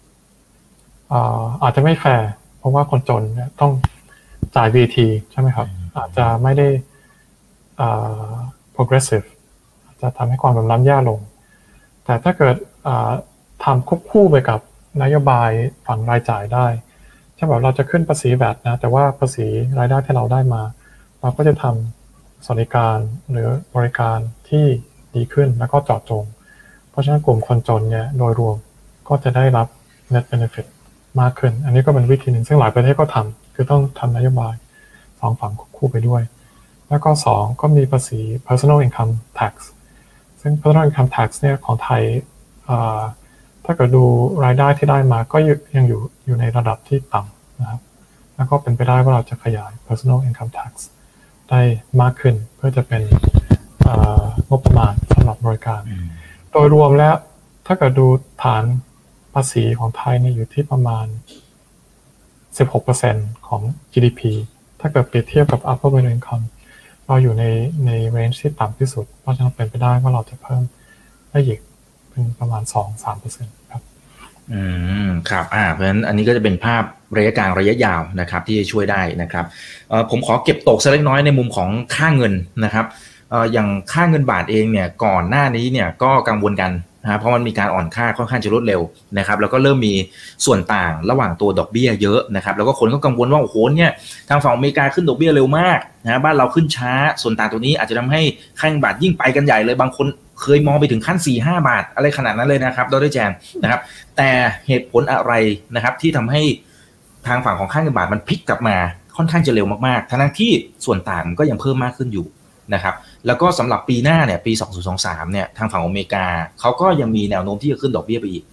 อาจจะไม่แฟร์เพราะว่าคนจนเนี่ยต้องจ่าย วี อี ที ใช่ไหมครับอาจจะไม่ได้ progressive จะทำให้ความเหลื่อมล้ำแย่ลงแต่ถ้าเกิดทำควบคู่ไปกับนโยบายฝั่งรายจ่ายได้เช่นแบบเราจะขึ้นภาษีแวตนะแต่ว่าภาษีรายได้ที่เราได้มาเราก็จะทำสวัสดิการหรือบริการที่ดีขึ้นแล้วก็เจาะจงเพราะฉะนั้นกลุ่มคนจนเนี่ยโดยรวมก็จะได้รับ net benefit มากขึ้นอันนี้ก็เป็นวิธีหนึ่งซึ่งหลายประเทศก็ทำคือต้องทำนโยบายสองฝั่งควบคู่ไปด้วยแล้วก็สองก็มีภาษี personal income tax ซึ่ง personal income tax เนี่ยของไทยถ้าเกิดดูรายได้ที่ได้มาก็ยังอยู่อยู่ในระดับที่ต่ำนะครับแล้วก็เป็นไปได้ว่าเราจะขยาย personal income tax ได้มากขึ้นเพื่อจะเป็นงบประมาณสำหรับบริการโดยรวมแล้วถ้าเกิดดูฐานภาษีของไทยเนี่ยอยู่ที่ประมาณ สิบหกเปอร์เซ็นต์ ของ จี ดี พี ถ้าเกิดเปรียบเทียบกับ upper middle income เราอยู่ในใน range ที่ต่ำที่สุดเพราะฉะนั้นเป็นไปได้ว่าเราจะเพิ่มได้อีกเป็นประมาณ สองถึงสามเปอร์เซ็นต์ ครับอืมครับอ่าเพราะฉะนั้นอันนี้ก็จะเป็นภาพระยะกลางระยะยาวนะครับที่จะช่วยได้นะครับเอ่อผมขอเก็บตกสักเล็กน้อยในมุมของค่าเงินนะครับเอ่ออย่างค่าเงินบาทเองเนี่ยก่อนหน้านี้เนี่ยก็กังวลกันนะเพราะมันมีการอ่อนค่าค่อนข้างจะรวดเร็วนะครับแล้วก็เริ่มมีส่วนต่างระหว่างตัวดอกเบี้ยเยอะนะครับแล้วก็คนก็กังวลว่าโอ้โหเนี่ยทางฝั่งอเมริกาขึ้นดอกเบี้ยเร็วมากนะบ้านเราขึ้นช้าส่วนต่างตัวนี้อาจจะทำให้ค่าเงินบาทยิ่งไปกันใหญ่เลยบางคนเคยมองไปถึงขั้น สี่ถึงห้า บาทอะไรขนาดนั้นเลยนะครับดร.แจนนะครับแต่เหตุผลอะไรนะครับที่ทำให้ทางฝั่งของค่าเงินบาทมันพลิกกลับมาค่อนข้างจะเร็วมากๆทั้งที่ส่วนต่างมันก็ยังเพิ่มมากขึ้นอยู่นะครับแล้วก็สำหรับปีหน้าเนี่ยปีสองพันยี่สิบสามเนี่ยทางฝั่งอเมริกาเขาก็ยังมีแนวโน้มที่จะขึ้นดอกเบี้ยไปอีก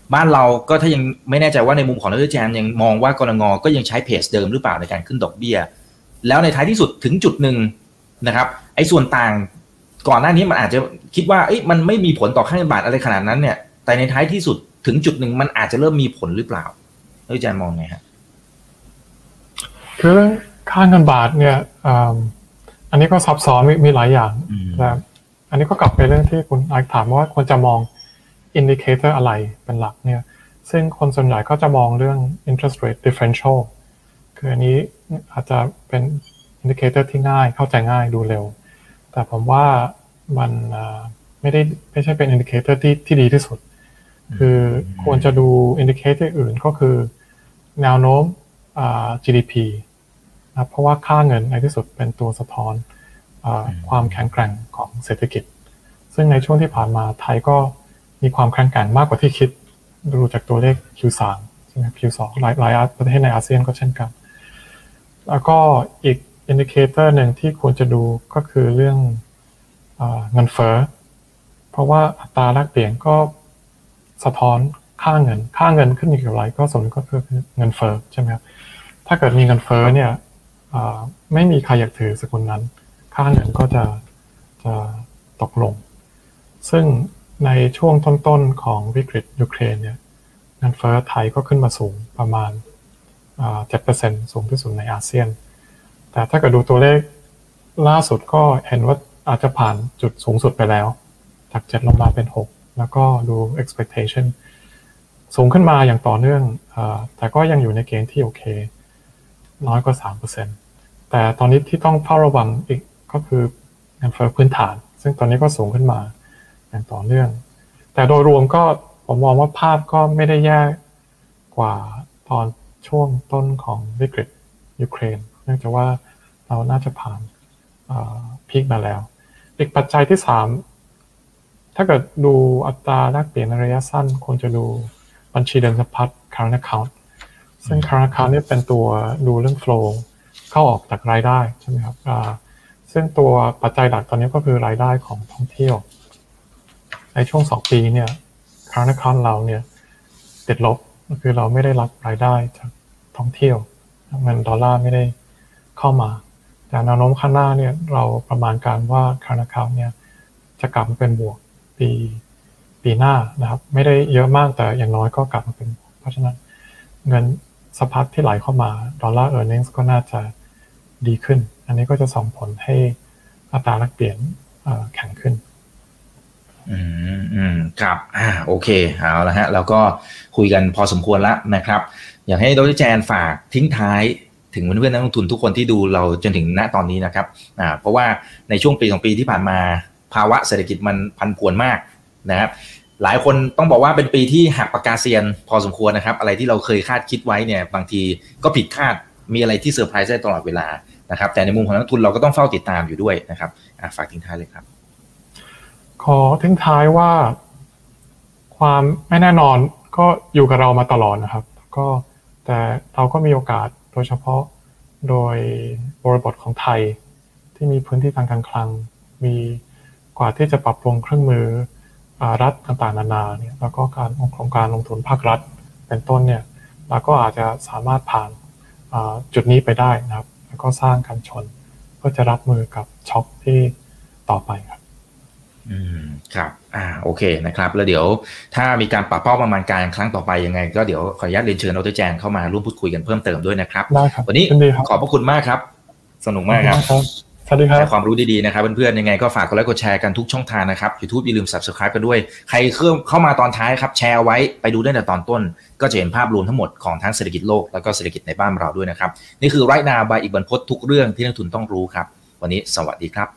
บ้านเราก็ถ้ายังไม่แน่ใจว่าในมุมของดร.แจนยังมองว่ากนง.ก็ยังใช้เพจเดิมหรือเปล่าในการขึ้นดอกเบี้ยแล้วในท้ายที่สุดถึงจุดหนึ่งนะครับไอ้ส่วนต่างก่อนหน้านี้มันอาจจะคิดว่าเอ้ยมันไม่มีผลต่อค่าเงินบาทอะไรขนาดนั้นเนี่ยแต่ในท้ายที่สุดถึงจุดหนึ่งมันอาจจะเริ่มมีผลหรือเปล่าดร.แจนมองไงฮะคือเรื่องค่าเงินบาทเนี่ยอันนี้ก็ซับซ้อนมีหลายอย่างนะอันนี้ก็กลับไปเรื่องที่คุณไอซ์ถามว่าควรจะมองอินดิเคเตอร์อะไรเป็นหลักเนี่ยซึ่งคนส่วนใหญ่ก็จะมองเรื่อง interest rate differential คืออันนี้อาจจะเป็นอินดิเคเตอร์ที่ง่ายเข้าใจง่ายดูเร็วแต่ผมว่ามันไม่ได้ไม่ใช่เป็นอินดิเคเตอร์ที่ที่ดีที่สุดคือควรจะดูอินดิเคเตอร์อื่นก็คือแนวโน้ม จี ดี พี นะเพราะว่าค่าเงินในที่สุดเป็นตัวสะท้อนความแข็งแกร่งของเศรษฐกิจซึ่งในช่วงที่ผ่านมาไทยก็มีความแข็งแกร่งมากกว่าที่คิดดูจากตัวเลข คิว สาม ใช่ไหม คิว สอง หลายหลายประเทศในอาเซียนก็เช่นกันแล้วก็อีกอินดิเคเตอร์หนึ่งที่ควรจะดูก็คือเรื่องเงินเฟ้อเพราะว่าอัตราแลกเปลี่ยนก็สะท้อนค่าเงินค่าเงินขึ้นอยู่กับอะไรก็ส่วนก็คือเงินเฟ้อใช่ไหมครับถ้าเกิดมีเงินเฟ้อเนี่ยไม่มีใครอยากถือสกุลนั้นค่าเงินก็จะจะตกลงซึ่งในช่วงต้นๆของวิกฤตยูเครนเนี่ยเงินเฟ้อไทยก็ขึ้นมาสูงประมาณ เจ็ดเปอร์เซ็นต์ สูงที่สุดในอาเซียนแต่ถ้าเกิดดูตัวเลขล่าสุดก็เห็นว่าอาจจะผ่านจุดสูงสุดไปแล้วจากเจ็ดลงมาเป็นหกแล้วก็ดู expectation สูงขึ้นมาอย่างต่อเนื่องแต่ก็ยังอยู่ในเกณฑ์ที่โอเคน้อยกว่า สามเปอร์เซ็นต์ แต่ตอนนี้ที่ต้องเฝ้าระวังอีกก็คือเงินเฟ้อพื้นฐานซึ่งตอนนี้ก็สูงขึ้นมาอย่างต่อเนื่องแต่โดยรวมก็ผมมองว่าภาพก็ไม่ได้แย่กว่าตอนช่วงต้นของวิกฤตยูเครนเนื่องจากว่าเราน่าจะผ่านพีคมาแล้วอีกปัจจัยที่สามถ้าเกิดดูอัตราแลกเปลี่ยนในระยะสั้นควรจะดูบัญชีเดินสะพัด current account ซึ่ง current account นี่เป็นตัวดูเรื่อง flow เข้าออกจากรายได้ใช่ไหมครับซึ่งตัวปัจจัยหลักตอนนี้ก็คือรายได้ของท่องเที่ยวในช่วงสองปีเนี่ย current account เราเนี่ยติดลบก็คือเราไม่ได้รับรายได้จากท่องเที่ยวเงินดอลลาร์ไม่ได้เข้ามาแต่แนวโน้มข้างหน้าเนี่ยเราประมาณการว่า current account เนี่ยจะกลับมาเป็นบวกปีปีหน้านะครับไม่ได้เยอะมากแต่อย่างน้อยก็กลับมาเป็นเพราะฉะนั้นเงินสะพัดที่ไหลเข้ามาดอลลาร์ earnings ก็น่าจะดีขึ้นอันนี้ก็จะส่งผลให้อัตราแลกเปลี่ยนแข็งขึ้นอืมอืมครับอ่าโอเคเอาละฮะแล้วก็คุยกันพอสมควรแล้วนะครับอยากให้ดร.แจนฝากทิ้งท้ายถึงเพื่อนๆนักลงทุนทุกคนที่ดูเราจนถึงณตอนนี้นะครับอ่าเพราะว่าในช่วงปีสองปีที่ผ่านมาภาวะเศรษฐกิจมันพันผวนมากนะครับหลายคนต้องบอกว่าเป็นปีที่หักปากกาเซียนพอสมควรนะครับอะไรที่เราเคยคาดคิดไว้เนี่ยบางทีก็ผิดคาดมีอะไรที่เซอร์ไพรส์ได้ตลอดเวลานะครับแต่ในมุมของนักทุนเราก็ต้องเฝ้าติดตามอยู่ด้วยนะครับอ่าฝากทิ้งท้ายเลยครับขอทิ้งท้ายว่าความไม่แน่นอนก็อยู่กับเรามาตลอดนะครับก็แต่เราก็มีโอกาสโดยเฉพาะโดยบริบทของไทยที่มีพื้นที่ทางการคลังมีกว่าที่จะปรับปรุงเครื่องมือรัฐต่างๆนานาเนี่ยแล้วก็การโครงการลงทุนภาครัฐเป็นต้นเนี่ยเราก็อาจจะสามารถผ่านจุดนี้ไปได้นะครับแล้วก็สร้างการชนเพื่อจะรับมือกับช็อคที่ต่อไปครับอืมครับอ่าโอเคนะครับแล้วเดี๋ยวถ้ามีการปรับเป้าประมาณการครั้งต่อไปยังไงก็เดี๋ยวขออนุญาตเรียนเชิญดร.แจนเข้ามาร่วมพูดคุยกันเพิ่มเติมด้วยนะครับวันนี้ขอบพระคุณมากครับสนุกมากครับสวัสดีครับความรู้ดีๆนะครับเพื่อนๆยังไงก็ฝากกดไลค์กดแชร์กันทุกช่องทางนะครับ YouTube อย่าลืม Subscribe กันด้วยใครเข้ามาตอนท้ายครับแชร์ไว้ไปดูได้ในตอนต้นก็จะเห็นภาพรวมทั้งหมดของทั้งเศรษฐกิจโลกแล้วก็เศรษฐกิจในบ้านเราด้วยนะครับนี่คือ Right Now by อีกบรรพตทุกเรื่องที่นักทุนต้องรู้ครับวันนี้สวัสดีครับ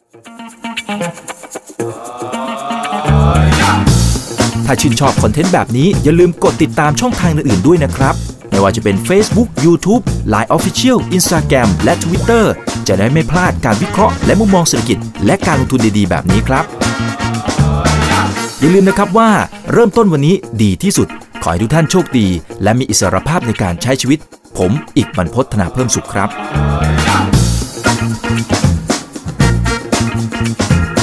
ถ้าชื่นชอบคอนเทนต์แบบนี้อย่าลืมกดติดตามช่องทางอื่นๆด้วยนะครับไม่ว่าจะเป็น Facebook, YouTube, ไลน์ Official, Instagram และ Twitter จะได้ไม่พลาดการวิเคราะห์และมุมมองเศรษฐกิจและการลงทุนดีๆแบบนี้ครับอย่าลืมนะครับว่าเริ่มต้นวันนี้ดีที่สุดขอให้ทุกท่านโชคดีและมีอิสรภาพในการใช้ชีวิตผมอีกบรรพต ธนาเพิ่มสุขครับ